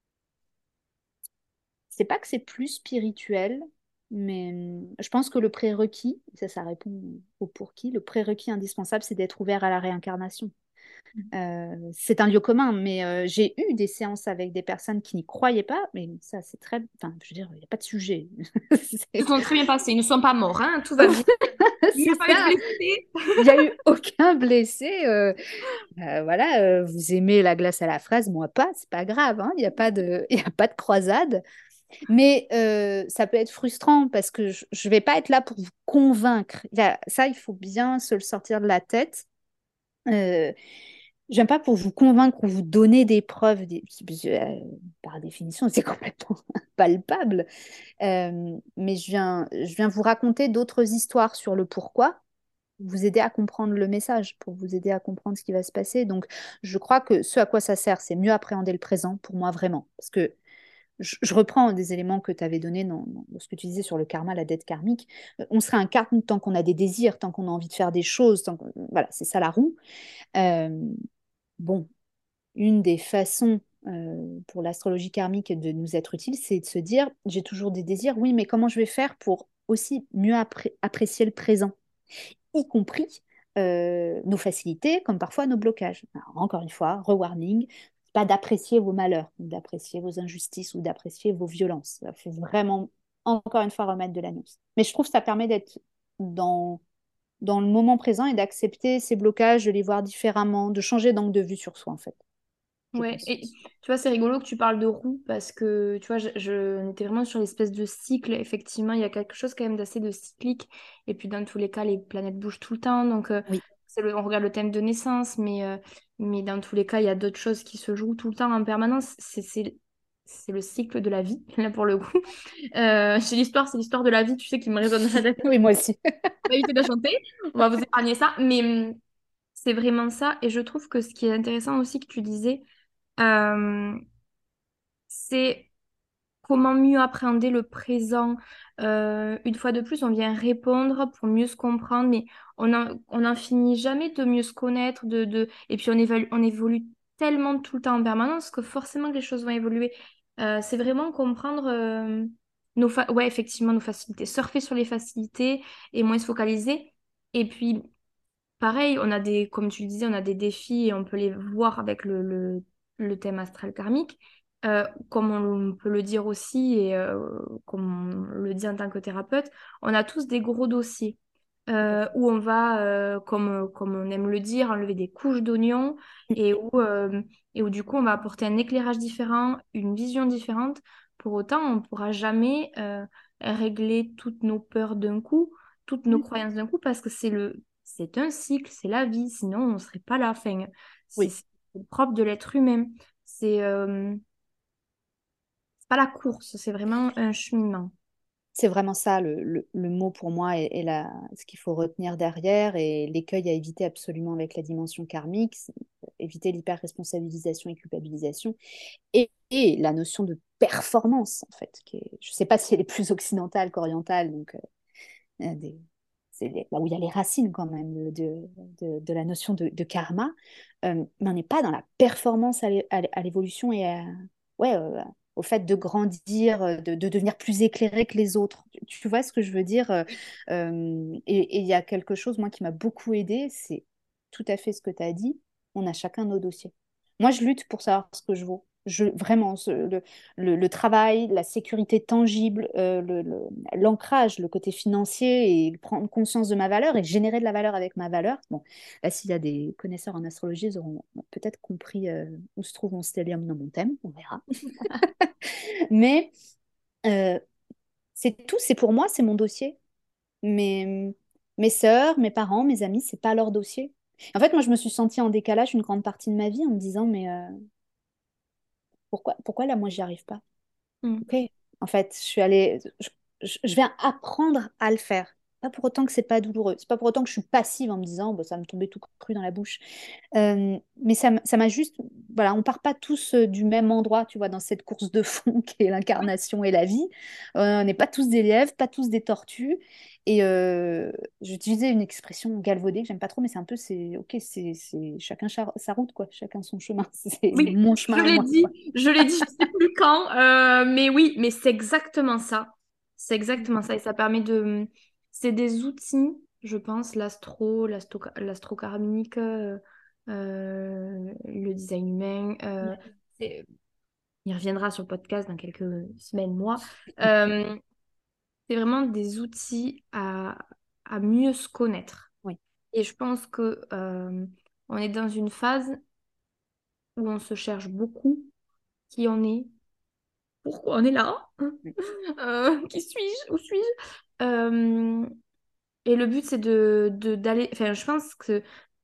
C'est pas que c'est plus spirituel, mais je pense que le prérequis, ça répond au pour qui, le prérequis indispensable, c'est d'être ouvert à la réincarnation. C'est un lieu commun, mais j'ai eu des séances avec des personnes qui n'y croyaient pas, mais ça, c'est très... Enfin, je veux dire, il n'y a pas de sujet. Ils C'est se sont très bien passés. Ils ne sont pas morts, hein, tout va bien. Il n'y c'est a pas eu de ça. blessés. Il n'y a eu aucun blessé. Voilà, vous aimez la glace à la fraise, moi pas, c'est pas grave, hein, il n'y a pas de, il y a pas de croisade. Mais ça peut être frustrant parce que je ne vais pas être là pour vous convaincre. Ça, il faut bien se le sortir de la tête. Euh, je viens pas pour vous convaincre ou vous donner des preuves, par définition, c'est complètement palpable. Mais je viens vous raconter d'autres histoires sur le pourquoi, vous aider à comprendre le message, pour vous aider à comprendre ce qui va se passer. Donc, je crois que ce à quoi ça sert, c'est mieux appréhender le présent, pour moi, vraiment. Parce que je reprends des éléments que tu avais donnés dans ce que tu disais sur le karma, la dette karmique. On se réincarne tant qu'on a des désirs, tant qu'on a envie de faire des choses. Voilà, c'est ça la roue. Euh, bon, une des façons pour l'astrologie karmique de nous être utile, c'est de se dire, j'ai toujours des désirs, oui, mais comment je vais faire pour aussi mieux apprécier le présent, y compris nos facilités, comme parfois nos blocages. Alors, encore une fois, rewarning, pas d'apprécier vos malheurs, ou d'apprécier vos injustices, ou d'apprécier vos violences. Il faut vraiment, encore une fois, remettre de la nuance. Mais je trouve que ça permet d'être dans le moment présent et d'accepter ces blocages, de les voir différemment, de changer d'angle de vue sur soi, en fait, je Ouais, pense. et tu vois, c'est rigolo que tu parles de roue parce que tu vois, on était vraiment sur l'espèce de cycle. Effectivement, il y a quelque chose quand même d'assez de cyclique. Et puis, dans tous les cas, les planètes bougent tout le temps. Donc, Oui, on regarde le thème de naissance, mais dans tous les cas, il y a d'autres choses qui se jouent tout le temps en permanence. C'est le cycle de la vie, là, pour le coup. C'est l'histoire de la vie, tu sais, qui me résonne dans la tête. oui, moi aussi. On va éviter de la chanter. On va vous épargner ça. Mais c'est vraiment ça. Et je trouve que ce qui est intéressant aussi que tu disais, euh, c'est comment mieux appréhender le présent. Une fois de plus, on vient répondre pour mieux se comprendre, mais on n'en finit jamais de mieux se connaître, et puis on évolue tellement tout le temps en permanence que forcément que les choses vont évoluer. C'est vraiment comprendre ouais, effectivement, nos facilités, surfer sur les facilités et moins se focaliser. Et puis, pareil, comme tu le disais, on a des défis et on peut les voir avec le thème astral karmique. Comme on peut le dire aussi et comme on le dit en tant que thérapeute, on a tous des gros dossiers Tout à fait. où on va, comme on aime le dire, enlever des couches d'oignons et où du coup on va apporter un éclairage différent, une vision différente. Pour autant, on ne pourra jamais régler toutes nos peurs d'un coup, toutes nos Mm. croyances d'un coup parce que c'est un cycle, c'est la vie, sinon on ne serait pas là. Enfin, Oui. c'est le propre de l'être humain. C'est pas la course, c'est vraiment un cheminement. C'est vraiment ça le mot pour moi ce qu'il faut retenir derrière et l'écueil à éviter absolument avec la dimension karmique, c'est éviter l'hyper-responsabilisation et culpabilisation et la notion de performance en fait, je ne sais pas si elle est plus occidentale qu'orientale, donc des- là où il y a les racines quand même de la notion de karma, mais on n'est pas dans la performance à l'évolution et ouais, au fait de grandir, de devenir plus éclairé que les autres. Tu vois ce que je veux dire? Et il y a quelque chose, moi, qui m'a beaucoup aidé, c'est tout à fait ce que tu as dit. On a chacun nos dossiers. Moi, je lutte pour savoir ce que je vaux. Vraiment, le travail, la sécurité tangible, l'ancrage, le côté financier et prendre conscience de ma valeur et générer de la valeur avec ma valeur. Bon, là, s'il y a des connaisseurs en astrologie, ils auront peut-être compris où se trouve mon stellium dans mon thème, on verra. Mais euh, c'est tout, c'est pour moi, c'est mon dossier. Mes sœurs, mes parents, mes amis, c'est pas leur dossier. En fait, moi, je me suis sentie en décalage une grande partie de ma vie en me disant, mais pourquoi là, moi, j'y arrive pas? Mm. Ok, en fait, je viens apprendre à le faire. Pas pour autant que c'est pas douloureux. C'est pas pour autant que je suis passive en me disant, bah, ça va me tomber tout cru dans la bouche. Mais ça m'a juste, voilà, on part pas tous du même endroit, tu vois, dans cette course de fond qui est l'incarnation et la vie. On n'est pas tous des lièvres, pas tous des tortues. Et j'utilisais une expression galvaudée que j'aime pas trop, mais c'est un peu, ok, c'est chacun sa route, quoi, chacun son chemin. C'est Oui, mon chemin à moi, quoi. je l'ai dit, je sais plus quand, mais oui, mais c'est exactement ça. C'est exactement ça. Et ça permet c'est des outils, je pense, l'astro karmique. le design humain. C'est- il reviendra sur le podcast dans quelques semaines, mois. Euh, c'est vraiment des outils à mieux se connaître. Oui, Et je pense que on est dans une phase où on se cherche beaucoup. Qui on est? Pourquoi on est là? oui, Qui suis-je? Où suis-je? Et le but, c'est d'aller. Enfin, je pense que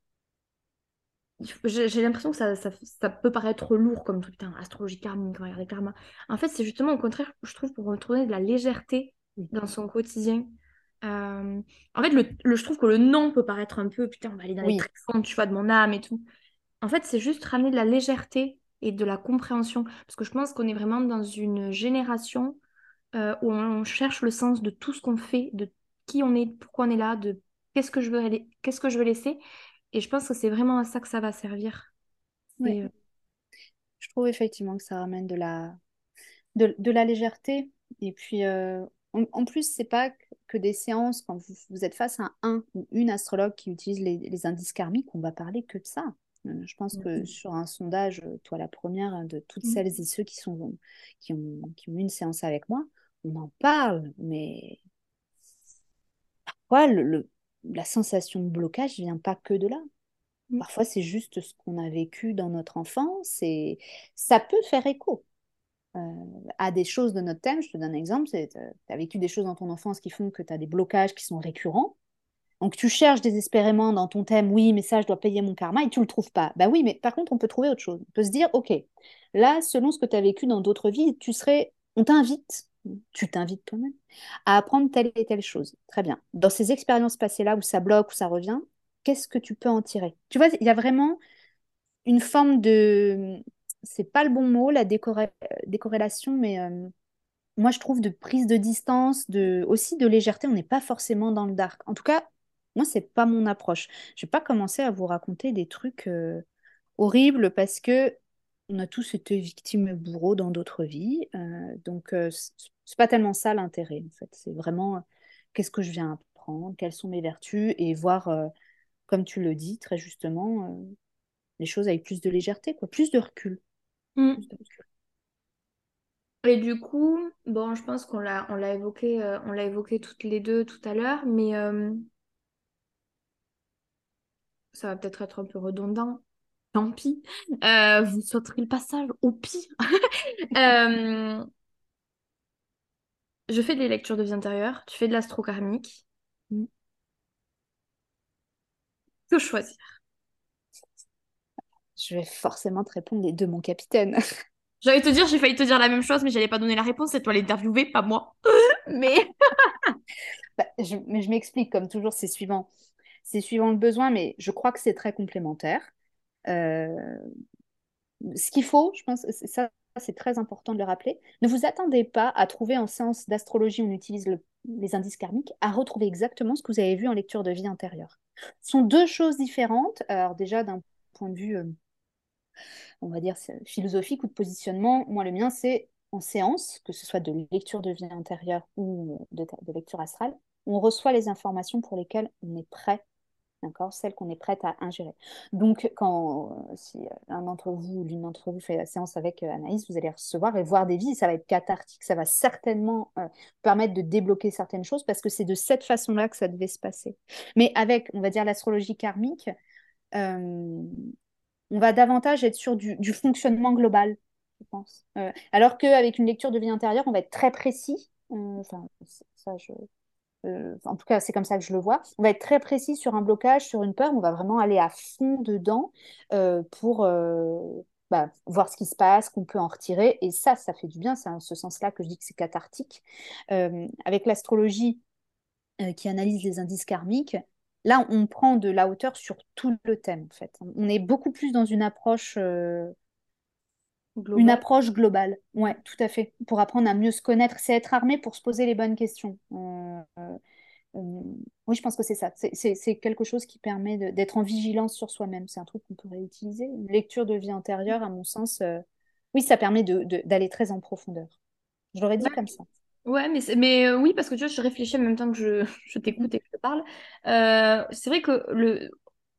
j'ai l'impression que ça peut paraître lourd comme truc, putain, astrologie karmique, regarder karma. En fait, c'est justement au contraire, je trouve, pour retrouver de la légèreté oui, dans son quotidien. Euh, En fait, je trouve que le nom peut paraître un peu, putain, on va aller dans les oui, tréfonds, tu vois, de mon âme et tout. En fait, c'est juste ramener de la légèreté et de la compréhension. Parce que je pense qu'on est vraiment dans une génération où on cherche le sens de tout ce qu'on fait, de qui on est, pourquoi on est là, de qu'est-ce que je veux laisser. Et je pense que c'est vraiment à ça que ça va servir. oui. C'est, Je trouve effectivement que ça ramène de la légèreté. Et puis, en plus, c'est pas que des séances, quand vous êtes face à un ou une astrologue qui utilise les indices karmiques, on va parler que de ça. Je pense que sur un sondage, toi la première, de toutes celles et ceux qui ont eu une séance avec moi, on en parle, mais quoi, la sensation de blocage vient pas que de là. Parfois, c'est juste ce qu'on a vécu dans notre enfance et ça peut faire écho à des choses de notre thème. Je te donne un exemple, tu as vécu des choses dans ton enfance qui font que tu as des blocages qui sont récurrents. Donc tu cherches désespérément dans ton thème, oui, mais ça, je dois payer mon karma, et tu ne le trouves pas. Bah oui, mais par contre, on peut trouver autre chose. On peut se dire, ok, là, selon ce que tu as vécu dans d'autres vies, on t'invite, tu t'invites toi-même, à apprendre telle et telle chose. Très bien. Dans ces expériences passées-là où ça bloque, où ça revient, qu'est-ce que tu peux en tirer? Tu vois, il y a vraiment une forme de, c'est pas le bon mot, la décorrélation, mais moi je trouve de prise de distance, aussi de légèreté. On n'est pas forcément dans le dark. En tout cas, moi c'est pas mon approche. Je vais pas commencer à vous raconter des trucs horribles parce que on a tous été victimes et bourreaux dans d'autres vies. Donc c'est pas tellement ça l'intérêt en fait. C'est vraiment qu'est-ce que je viens apprendre, quelles sont mes vertus et voir, comme tu le dis très justement, les choses avec plus de légèreté, quoi, plus de recul. Plus Mm. de recul. Et du coup, bon, je pense on l'a évoqué toutes les deux tout à l'heure, mais ça va peut-être être un peu redondant. Tant pis. Vous sauterez le passage au pire. Euh, je fais des lectures de vie intérieure, tu fais de l'astro karmique. Mm. Que choisir? Je vais forcément te répondre les deux, mon capitaine. J'allais te dire, j'ai failli te dire la même chose, mais j'allais pas donner la réponse, c'est toi l'interviewer, pas moi. Mais Bah, mais je m'explique, comme toujours, c'est suivant. C'est suivant le besoin, mais je crois que c'est très complémentaire. Euh, Ce qu'il faut, je pense, c'est très important de le rappeler. Ne vous attendez pas à trouver en séance d'astrologie, on utilise les indices karmiques, à retrouver exactement ce que vous avez vu en lecture de vie intérieure. Ce sont deux choses différentes. Alors déjà, d'un point de vue on va dire, philosophique ou de positionnement. Moi, le mien, c'est en séance, que ce soit de lecture de vie intérieure ou de lecture astrale, on reçoit les informations pour lesquelles on est prêt, d'accord, celles qu'on est prête à ingérer. Donc, si un d'entre vous ou l'une d'entre vous fait la séance avec Anaïs, vous allez recevoir et voir des vies, ça va être cathartique, ça va certainement permettre de débloquer certaines choses parce que c'est de cette façon-là que ça devait se passer. Mais avec, on va dire, l'astrologie karmique, euh, on va davantage être sur du fonctionnement global, je pense. Alors qu'avec une lecture de vie intérieure, on va être très précis. Enfin, ça, en tout cas, c'est comme ça que je le vois. On va être très précis sur un blocage, sur une peur. On va vraiment aller à fond dedans pour voir ce qui se passe, qu'on peut en retirer. Et ça fait du bien. C'est en ce sens-là que je dis que c'est cathartique. Avec l'astrologie, qui analyse les indices karmiques, là, on prend de la hauteur sur tout le thème, en fait. On est beaucoup plus dans une global. approche globale. Ouais, tout à fait. Pour apprendre à mieux se connaître, c'est être armé pour se poser les bonnes questions. Oui, je pense que c'est ça. C'est quelque chose qui permet d'être en vigilance sur soi-même. C'est un truc qu'on pourrait utiliser. Une lecture de vie intérieure, à mon sens, oui, ça permet d'aller très en profondeur. Je l'aurais dit comme ça. Ouais, mais oui, parce que tu vois, je réfléchis en même temps que je t'écoute et que je te parle. C'est vrai que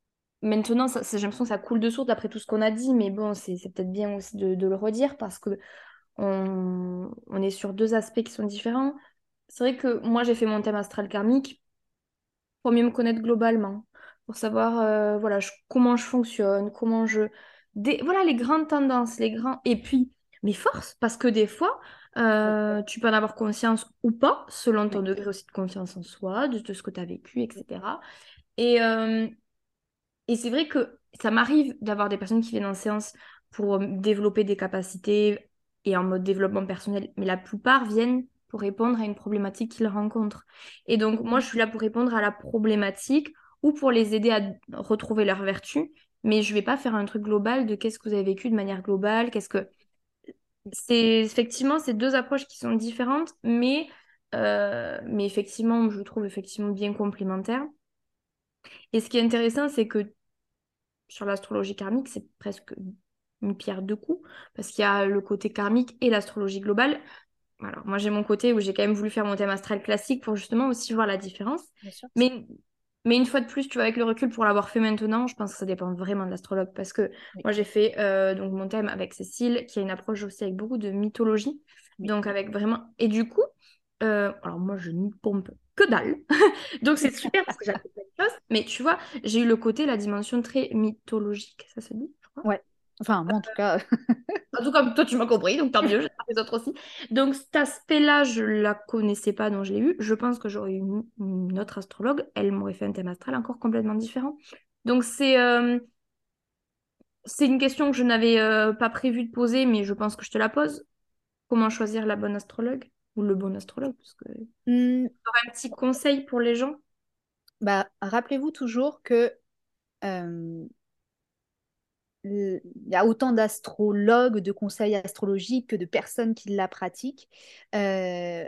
maintenant, j'ai l'impression que ça coule de source d'après tout ce qu'on a dit, mais bon, c'est peut-être bien aussi de le redire parce que on est sur deux aspects qui sont différents. C'est vrai que moi, j'ai fait mon thème astral karmique pour mieux me connaître globalement, pour savoir voilà, comment je fonctionne, voilà, les grandes tendances, les grands... Et puis, mes forces, parce que des fois, Oui, tu peux en avoir conscience ou pas, selon ton oui, degré aussi de confiance en soi, de ce que tu as vécu, etc. Et, euh, et c'est vrai que ça m'arrive d'avoir des personnes qui viennent en séance pour développer des capacités et en mode développement personnel, mais la plupart viennent pour répondre à une problématique qu'ils rencontrent. Et donc, moi, je suis là pour répondre à la problématique ou pour les aider à retrouver leur vertu, mais je vais pas faire un truc global de qu'est-ce que vous avez vécu de manière globale, qu'est-ce que... C'est effectivement ces deux approches qui sont différentes, mais effectivement, je trouve effectivement bien complémentaires. Et ce qui est intéressant, c'est que sur l'astrologie karmique, c'est presque une pierre deux coups, parce qu'il y a le côté karmique et l'astrologie globale. Alors, moi, j'ai mon côté où j'ai quand même voulu faire mon thème astral classique pour justement aussi voir la différence. bien sûr. Mais, mais une fois de plus, tu vois, avec le recul, pour l'avoir fait maintenant, je pense que ça dépend vraiment de l'astrologue, parce que Oui, moi, j'ai fait donc mon thème avec Cécile, qui a une approche aussi avec beaucoup de mythologie, oui. donc avec vraiment... Et du coup, alors moi, je n'y pompe que dalle. Donc c'est super parce que j'ai appris plein de choses. Mais tu vois, j'ai eu le côté, la dimension très mythologique, ça se dit, je crois. Ouais. Enfin, moi, en tout cas, En tout cas, toi, tu m'as compris, donc tant mieux, j'espère que les autres aussi. Donc cet aspect-là, je la connaissais pas, donc je l'ai eu. Je pense que j'aurais eu une autre astrologue, elle m'aurait fait un thème astral encore complètement différent. Donc c'est une question que je n'avais pas prévu de poser, mais je pense que je te la pose. Comment choisir la bonne astrologue? Ou le bon astrologue? Parce que... hmm, T'aurais un petit conseil pour les gens? bah, rappelez-vous toujours que il y a autant d'astrologues, de conseils astrologiques que de personnes qui la pratiquent. Euh,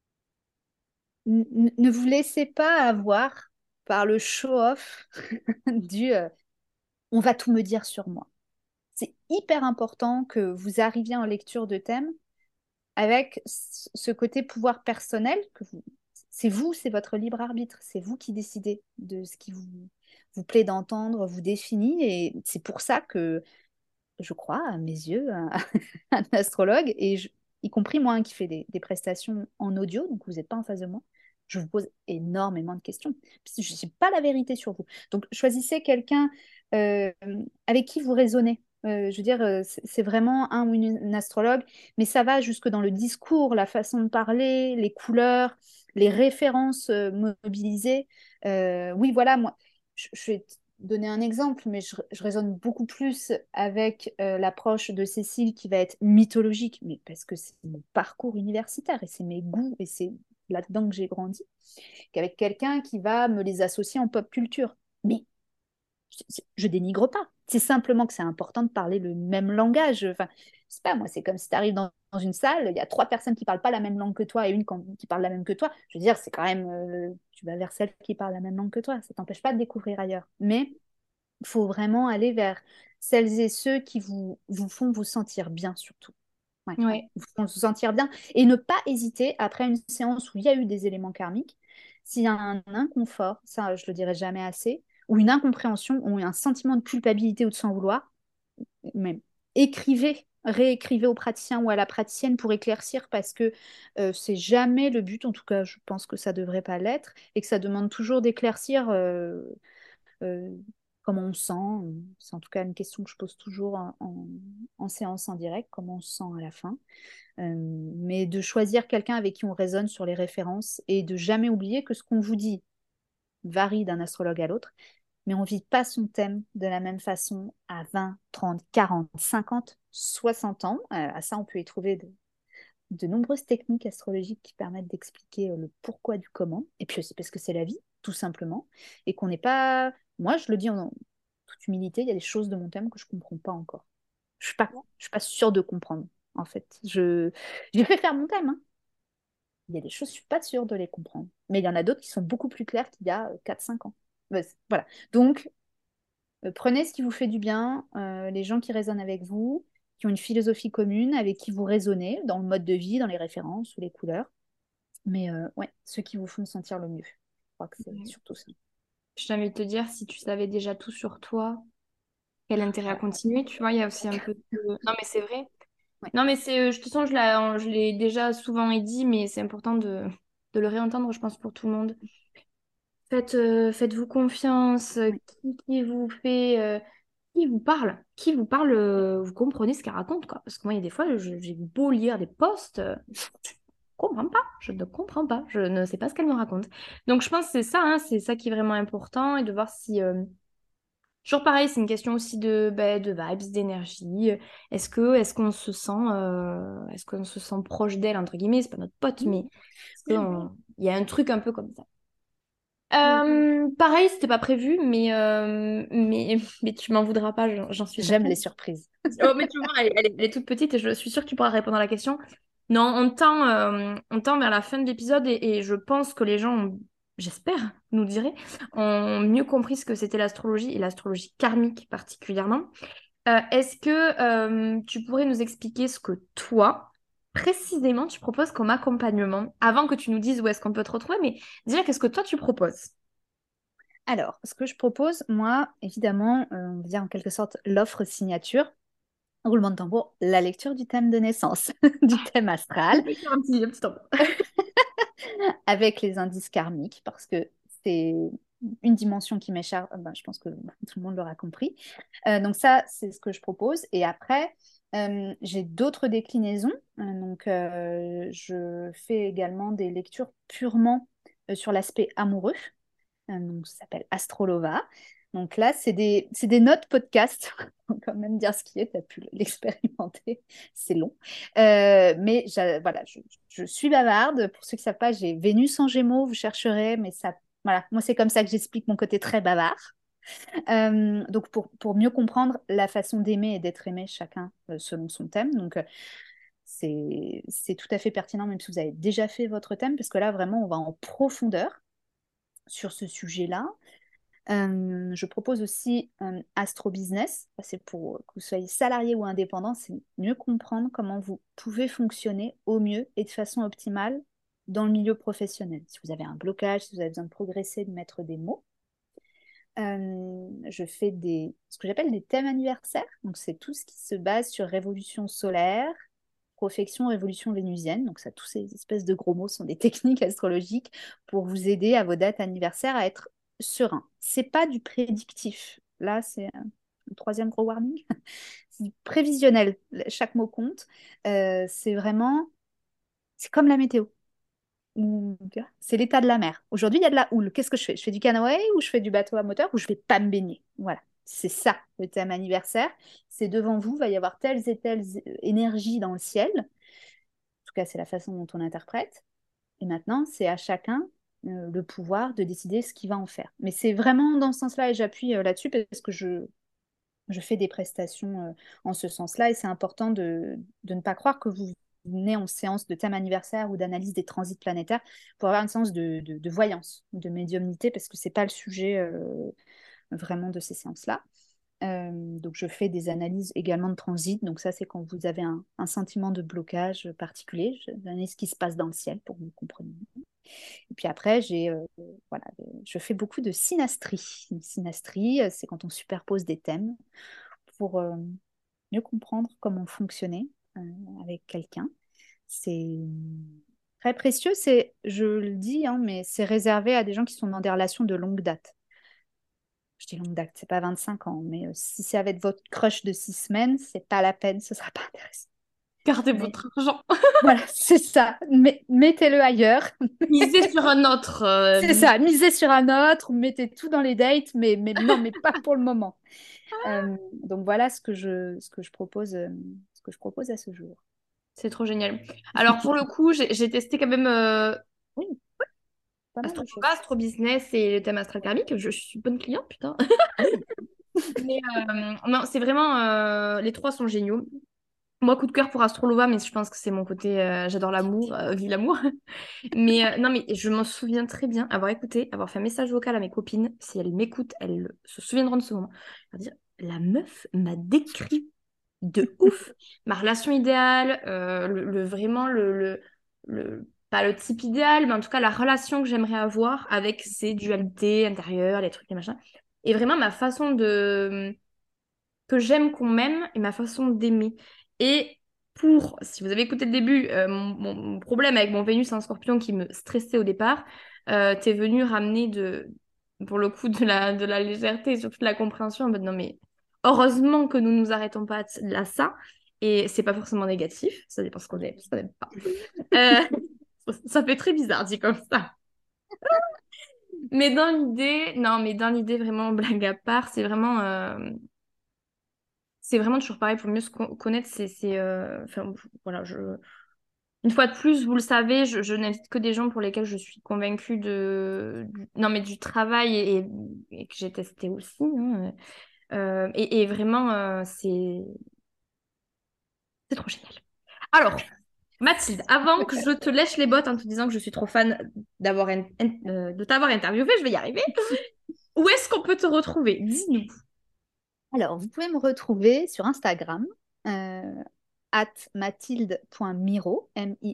ne vous laissez pas avoir par le show-off du on va tout me dire sur moi. C'est hyper important que vous arriviez en lecture de thème avec ce côté pouvoir personnel c'est vous, c'est votre libre arbitre, c'est vous qui décidez de ce qui vous plaît d'entendre, vous définit, et c'est pour ça que je crois, à mes yeux, un astrologue, y compris moi qui fais des prestations en audio, donc vous n'êtes pas en face de moi, je vous pose énormément de questions, parce que je n'ai pas la vérité sur vous. Donc choisissez quelqu'un euh, avec qui vous raisonnez. Je veux dire, c'est vraiment un ou une astrologue, mais ça va jusque dans le discours, la façon de parler, les couleurs, les références mobilisées. Oui, voilà, moi, je vais donner un exemple, mais je raisonne beaucoup plus avec l'approche de Cécile qui va être mythologique, mais parce que c'est mon parcours universitaire et c'est mes goûts et c'est là-dedans que j'ai grandi, qu'avec quelqu'un qui va me les associer en pop culture. Mais je dénigre pas. C'est simplement que c'est important de parler le même langage. Enfin, je sais pas, moi, c'est comme si tu arrives dans une salle, il y a trois personnes qui parlent pas la même langue que toi et une qui parle la même que toi. Je veux dire, c'est quand même, tu vas vers celle qui parle la même langue que toi. Ça t'empêche pas de découvrir ailleurs. Mais il faut vraiment aller vers celles et ceux qui vous font vous sentir bien, surtout. Ouais, Ouais. vous font vous sentir bien. Et ne pas hésiter, après une séance où il y a eu des éléments karmiques, s'il y a un inconfort, ça je le dirai jamais assez, ou une incompréhension, ou un sentiment de culpabilité ou de s'en vouloir, même écrivez, réécrivez au praticien ou à la praticienne pour éclaircir parce que c'est jamais le but, en tout cas je pense que ça devrait pas l'être, et que ça demande toujours d'éclaircir euh, comment on se sent. C'est en tout cas une question que je pose toujours en séance en direct, comment on se sent à la fin. Mais de choisir quelqu'un avec qui on raisonne sur les références et de jamais oublier que ce qu'on vous dit varie d'un astrologue à l'autre, mais on ne vit pas son thème de la même façon à 20, 30, 40, 50, 60 ans. À ça, on peut y trouver de nombreuses techniques astrologiques qui permettent d'expliquer le pourquoi du comment. Et puis aussi parce que c'est la vie, tout simplement. Et qu'on n'est pas... Moi, je le dis en toute humilité, il y a des choses de mon thème que je ne comprends pas encore. Je suis pas sûre de comprendre, en fait. J'ai fait faire mon thème, hein. Il y a des choses, je ne suis pas sûre de les comprendre. Mais il y en a d'autres qui sont beaucoup plus claires qu'il y a 4-5 ans. Voilà. Donc, prenez ce qui vous fait du bien, les gens qui résonnent avec vous, qui ont une philosophie commune, avec qui vous raisonnez dans le mode de vie, dans les références ou les couleurs. Mais ouais, ceux qui vous font sentir le mieux. Je crois que c'est Ouais. surtout ça. J'ai envie de te dire, si tu savais déjà tout sur toi, quel intérêt à continuer, tu vois, il y a aussi un peu de... Non, mais c'est vrai. Ouais. Non, mais c'est, de toute façon, je l'ai déjà souvent dit, mais c'est important de le réentendre, je pense, pour tout le monde. Faites-vous confiance, Ouais. qui vous fait, qui vous parle, vous comprenez ce qu'elle raconte, quoi. Parce que moi, il y a des fois, j'ai beau lire des posts, je comprends pas, je ne comprends pas, je ne sais pas ce qu'elle me raconte. Donc, je pense que c'est ça, hein, c'est ça qui est vraiment important, et de voir si, toujours pareil, c'est une question aussi de vibes, d'énergie. Est-ce qu'on se sent, proche d'elle, entre guillemets, c'est pas notre pote, mais Mmh. est-ce qu'il y a un truc un peu comme ça. Oui. Pareil, c'était pas prévu, mais tu m'en voudras pas, j'en suis J'aime certaine. les surprises. Oh, mais tu vois, elle est toute petite et je suis sûre que tu pourras répondre à la question. Non, on tend vers la fin de l'épisode et je pense que les gens, j'espère, nous diraient, ont mieux compris ce que c'était l'astrologie et l'astrologie karmique particulièrement. Est-ce que tu pourrais nous expliquer ce que toi, précisément, tu proposes comme accompagnement avant que tu nous dises où est-ce qu'on peut te retrouver, mais déjà, qu'est-ce que toi tu proposes? Alors, ce que je propose, moi, évidemment, on va dire en quelque sorte l'offre signature. Roulement de tambour, la lecture du thème de naissance, du thème astral, Je vais faire un petit temps. avec les indices karmiques, parce que c'est une dimension qui m'échappe, ben, je pense que tout le monde l'aura compris. Donc ça, c'est ce que je propose. Et après, j'ai d'autres déclinaisons. Je fais également des lectures purement sur l'aspect amoureux. Donc, ça s'appelle Astrolova. Donc là, c'est des notes podcast. Faut quand même dire ce qui est, tu as pu l'expérimenter. C'est long. Voilà, je suis bavarde. Pour ceux qui ne savent pas, j'ai Vénus en Gémeaux, vous chercherez, mais ça, voilà, moi, c'est comme ça que j'explique mon côté très bavard. Donc, pour mieux comprendre la façon d'aimer et d'être aimé, chacun selon son thème. Donc, c'est tout à fait pertinent, même si vous avez déjà fait votre thème, parce que là, vraiment, on va en profondeur sur ce sujet-là. Je propose aussi Astro Business. Ça, c'est pour que vous soyez salarié ou indépendant, c'est mieux comprendre comment vous pouvez fonctionner au mieux et de façon optimale dans le milieu professionnel. Si vous avez un blocage, si vous avez besoin de progresser, de mettre des mots. Je fais ce que j'appelle des thèmes anniversaires. Donc, c'est tout ce qui se base sur révolution solaire, profection, révolution vénusienne. Donc, ça, tous ces espèces de gros mots sont des techniques astrologiques pour vous aider à vos dates anniversaires à être serein. C'est pas du prédictif. Là, c'est le troisième gros warning. C'est du prévisionnel. Chaque mot compte. C'est vraiment, c'est comme la météo. C'est l'état de la mer. Aujourd'hui, il y a de la houle. Qu'est-ce que je fais? Je fais du canoë ou je fais du bateau à moteur ou je vais pas me baigner? Voilà. C'est ça le thème anniversaire. C'est devant vous, il va y avoir telles et telles énergies dans le ciel. En tout cas, c'est la façon dont on interprète. Et maintenant, c'est à chacun le pouvoir de décider ce qu'il va en faire. Mais c'est vraiment dans ce sens-là et j'appuie là-dessus parce que je fais des prestations en ce sens-là et c'est important de ne pas croire que vous venez en séance de thème anniversaire ou d'analyse des transits planétaires pour avoir une séance de voyance, de médiumnité, parce que c'est pas le sujet vraiment de ces séances-là. Donc je fais des analyses également de transit, donc ça c'est quand vous avez un sentiment de blocage particulier, j'analyse ce qui se passe dans le ciel pour que vous compreniez. Et puis après, voilà, je fais beaucoup de synastrie. Une synastrie, c'est quand on superpose des thèmes pour mieux comprendre comment fonctionner euh, avec quelqu'un. C'est très précieux, je le dis, hein, mais c'est réservé à des gens qui sont dans des relations de longue date. Je dis longue date, c'est pas 25 ans, mais si c'est avec votre crush de 6 semaines, c'est pas la peine, ce sera pas intéressant. Gardez Mais votre argent. voilà, c'est ça. Mais, mettez-le ailleurs. Misez sur un autre. C'est ça, misez sur un autre, mettez tout dans les dates, mais non, mais pas pour le moment. Donc voilà ce que je propose, ce que je propose à ce jour. C'est trop génial. Alors, pour le coup, j'ai testé quand même Oui, pas mal de Astrologa, choses. Astro Business et le thème astral karmique. Je suis bonne cliente, putain. Oui. Mais non, c'est vraiment... les trois sont géniaux. Moi, coup de cœur pour Astrolova, mais je pense que c'est mon côté... j'adore l'amour, vive l'amour. Mais non, mais je m'en souviens très bien avoir écouté, avoir fait un message vocal à mes copines. Si elles m'écoutent, elles se souviendront de ce moment. Elles vont dire, la meuf m'a décrit de ouf ma relation idéale, vraiment le pas le type idéal, mais en tout cas la relation que j'aimerais avoir avec ces dualités intérieures, les trucs, les machins. Et vraiment ma façon de que j'aime qu'on m'aime et ma façon d'aimer. Et si vous avez écouté le début, mon problème avec mon Vénus en Scorpion qui me stressait au départ, t'es venu ramener pour le coup de la légèreté et surtout de la compréhension en mode non mais heureusement que nous nous arrêtons pas à ça. Et c'est pas forcément négatif, ça dépend ce qu'on aime, ça n'aime pas. Euh, ça fait très bizarre dit comme ça. Mais dans l'idée, non, mais dans l'idée vraiment blague à part, c'est vraiment toujours pareil pour mieux se connaître. Enfin, voilà, une fois de plus, vous le savez, je n'invite que des gens pour lesquels je suis convaincue non, mais du travail et que j'ai testé aussi, hein. Et vraiment, c'est trop génial. Alors, Mathilde, avant que je te lèche les bottes en te disant que je suis trop fan de t'avoir interviewé, je vais y arriver. Où est-ce qu'on peut te retrouver? Dis-nous. Alors, vous pouvez me retrouver sur Instagram, euh, @mathilde.mirault,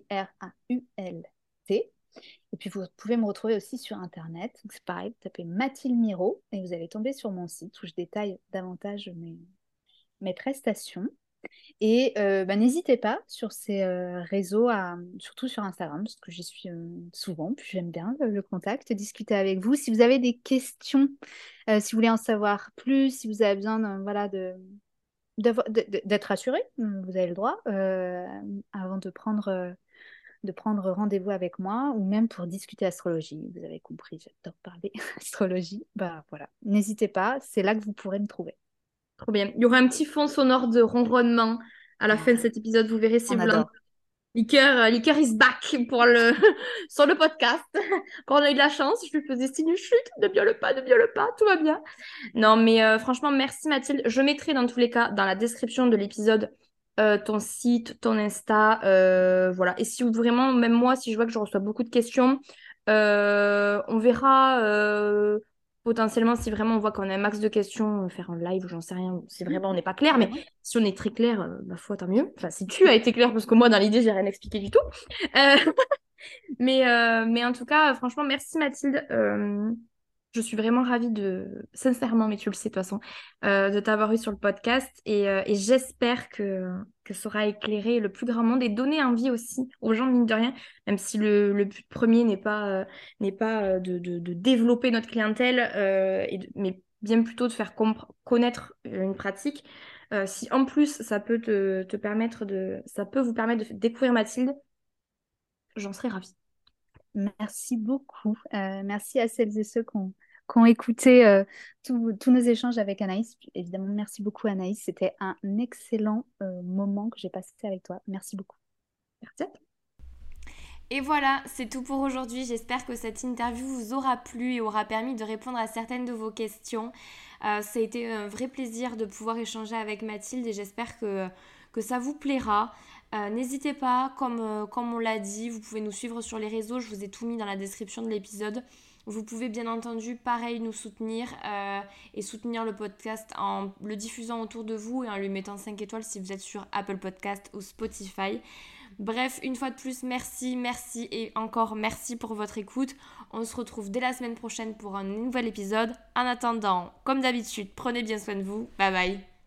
Mirault. Et puis, vous pouvez me retrouver aussi sur Internet. Donc, c'est pareil, vous tapez Mathilde Mirault et vous allez tomber sur mon site où je détaille davantage mes prestations. Et n'hésitez pas sur ces réseaux, surtout sur Instagram, parce que j'y suis souvent, puis j'aime bien le contact, discuter avec vous. Si vous avez des questions, si vous voulez en savoir plus, si vous avez besoin voilà, d'être rassuré, vous avez le droit, avant de prendre rendez-vous avec moi, ou même pour discuter astrologie. Vous avez compris, j'adore parler astrologie. Bah voilà, n'hésitez pas, c'est là que vous pourrez me trouver. Trop bien. Il y aura un petit fond sonore de ronronnement à la fin de Ah, cet épisode. Vous verrez si on vous l'entendez. adore. Liker is back sur le podcast. Quand on a eu de la chance, je lui faisais signe chute, ne viole pas, tout va bien. Non, mais franchement, merci Mathilde. Je mettrai dans tous les cas dans la description de l'épisode ton site, ton Insta, voilà. Et si vous vraiment, même moi, si je vois que je reçois beaucoup de questions, on verra potentiellement si vraiment on voit qu'on a un max de questions, faire un live ou j'en sais rien. Si vraiment on n'est pas clair, mais Carrément. si on est très clair, ma foi, tant mieux. Enfin, si tu as été clair, parce que moi, dans l'idée, j'ai rien expliqué du tout. Euh, mais en tout cas, franchement, merci Mathilde. Je suis vraiment ravie sincèrement, mais tu le sais de toute façon, de t'avoir eu sur le podcast et j'espère que ça aura éclairé le plus grand monde et donné envie aussi aux gens, mine de rien, même si le but premier n'est pas de développer notre clientèle, mais bien plutôt de faire connaître une pratique. Si en plus ça peut te permettre ça peut vous permettre de découvrir Mathilde, j'en serais ravie. Merci beaucoup. Merci à celles et ceux qui ont écouté tous nos échanges avec Anaïs. Évidemment, merci beaucoup Anaïs. C'était un excellent moment que j'ai passé avec toi. Merci beaucoup. Merci à toi. Et voilà, c'est tout pour aujourd'hui. J'espère que cette interview vous aura plu et aura permis de répondre à certaines de vos questions. Ça a été un vrai plaisir de pouvoir échanger avec Mathilde et j'espère que ça vous plaira. N'hésitez pas, comme on l'a dit, vous pouvez nous suivre sur les réseaux. Je vous ai tout mis dans la description de l'épisode. Vous pouvez bien entendu, pareil, nous soutenir et soutenir le podcast en le diffusant autour de vous et en lui mettant 5 étoiles si vous êtes sur Apple Podcast ou Spotify. Bref, une fois de plus, merci et encore merci pour votre écoute. On se retrouve dès la semaine prochaine pour un nouvel épisode. En attendant, comme d'habitude, prenez bien soin de vous. Bye bye.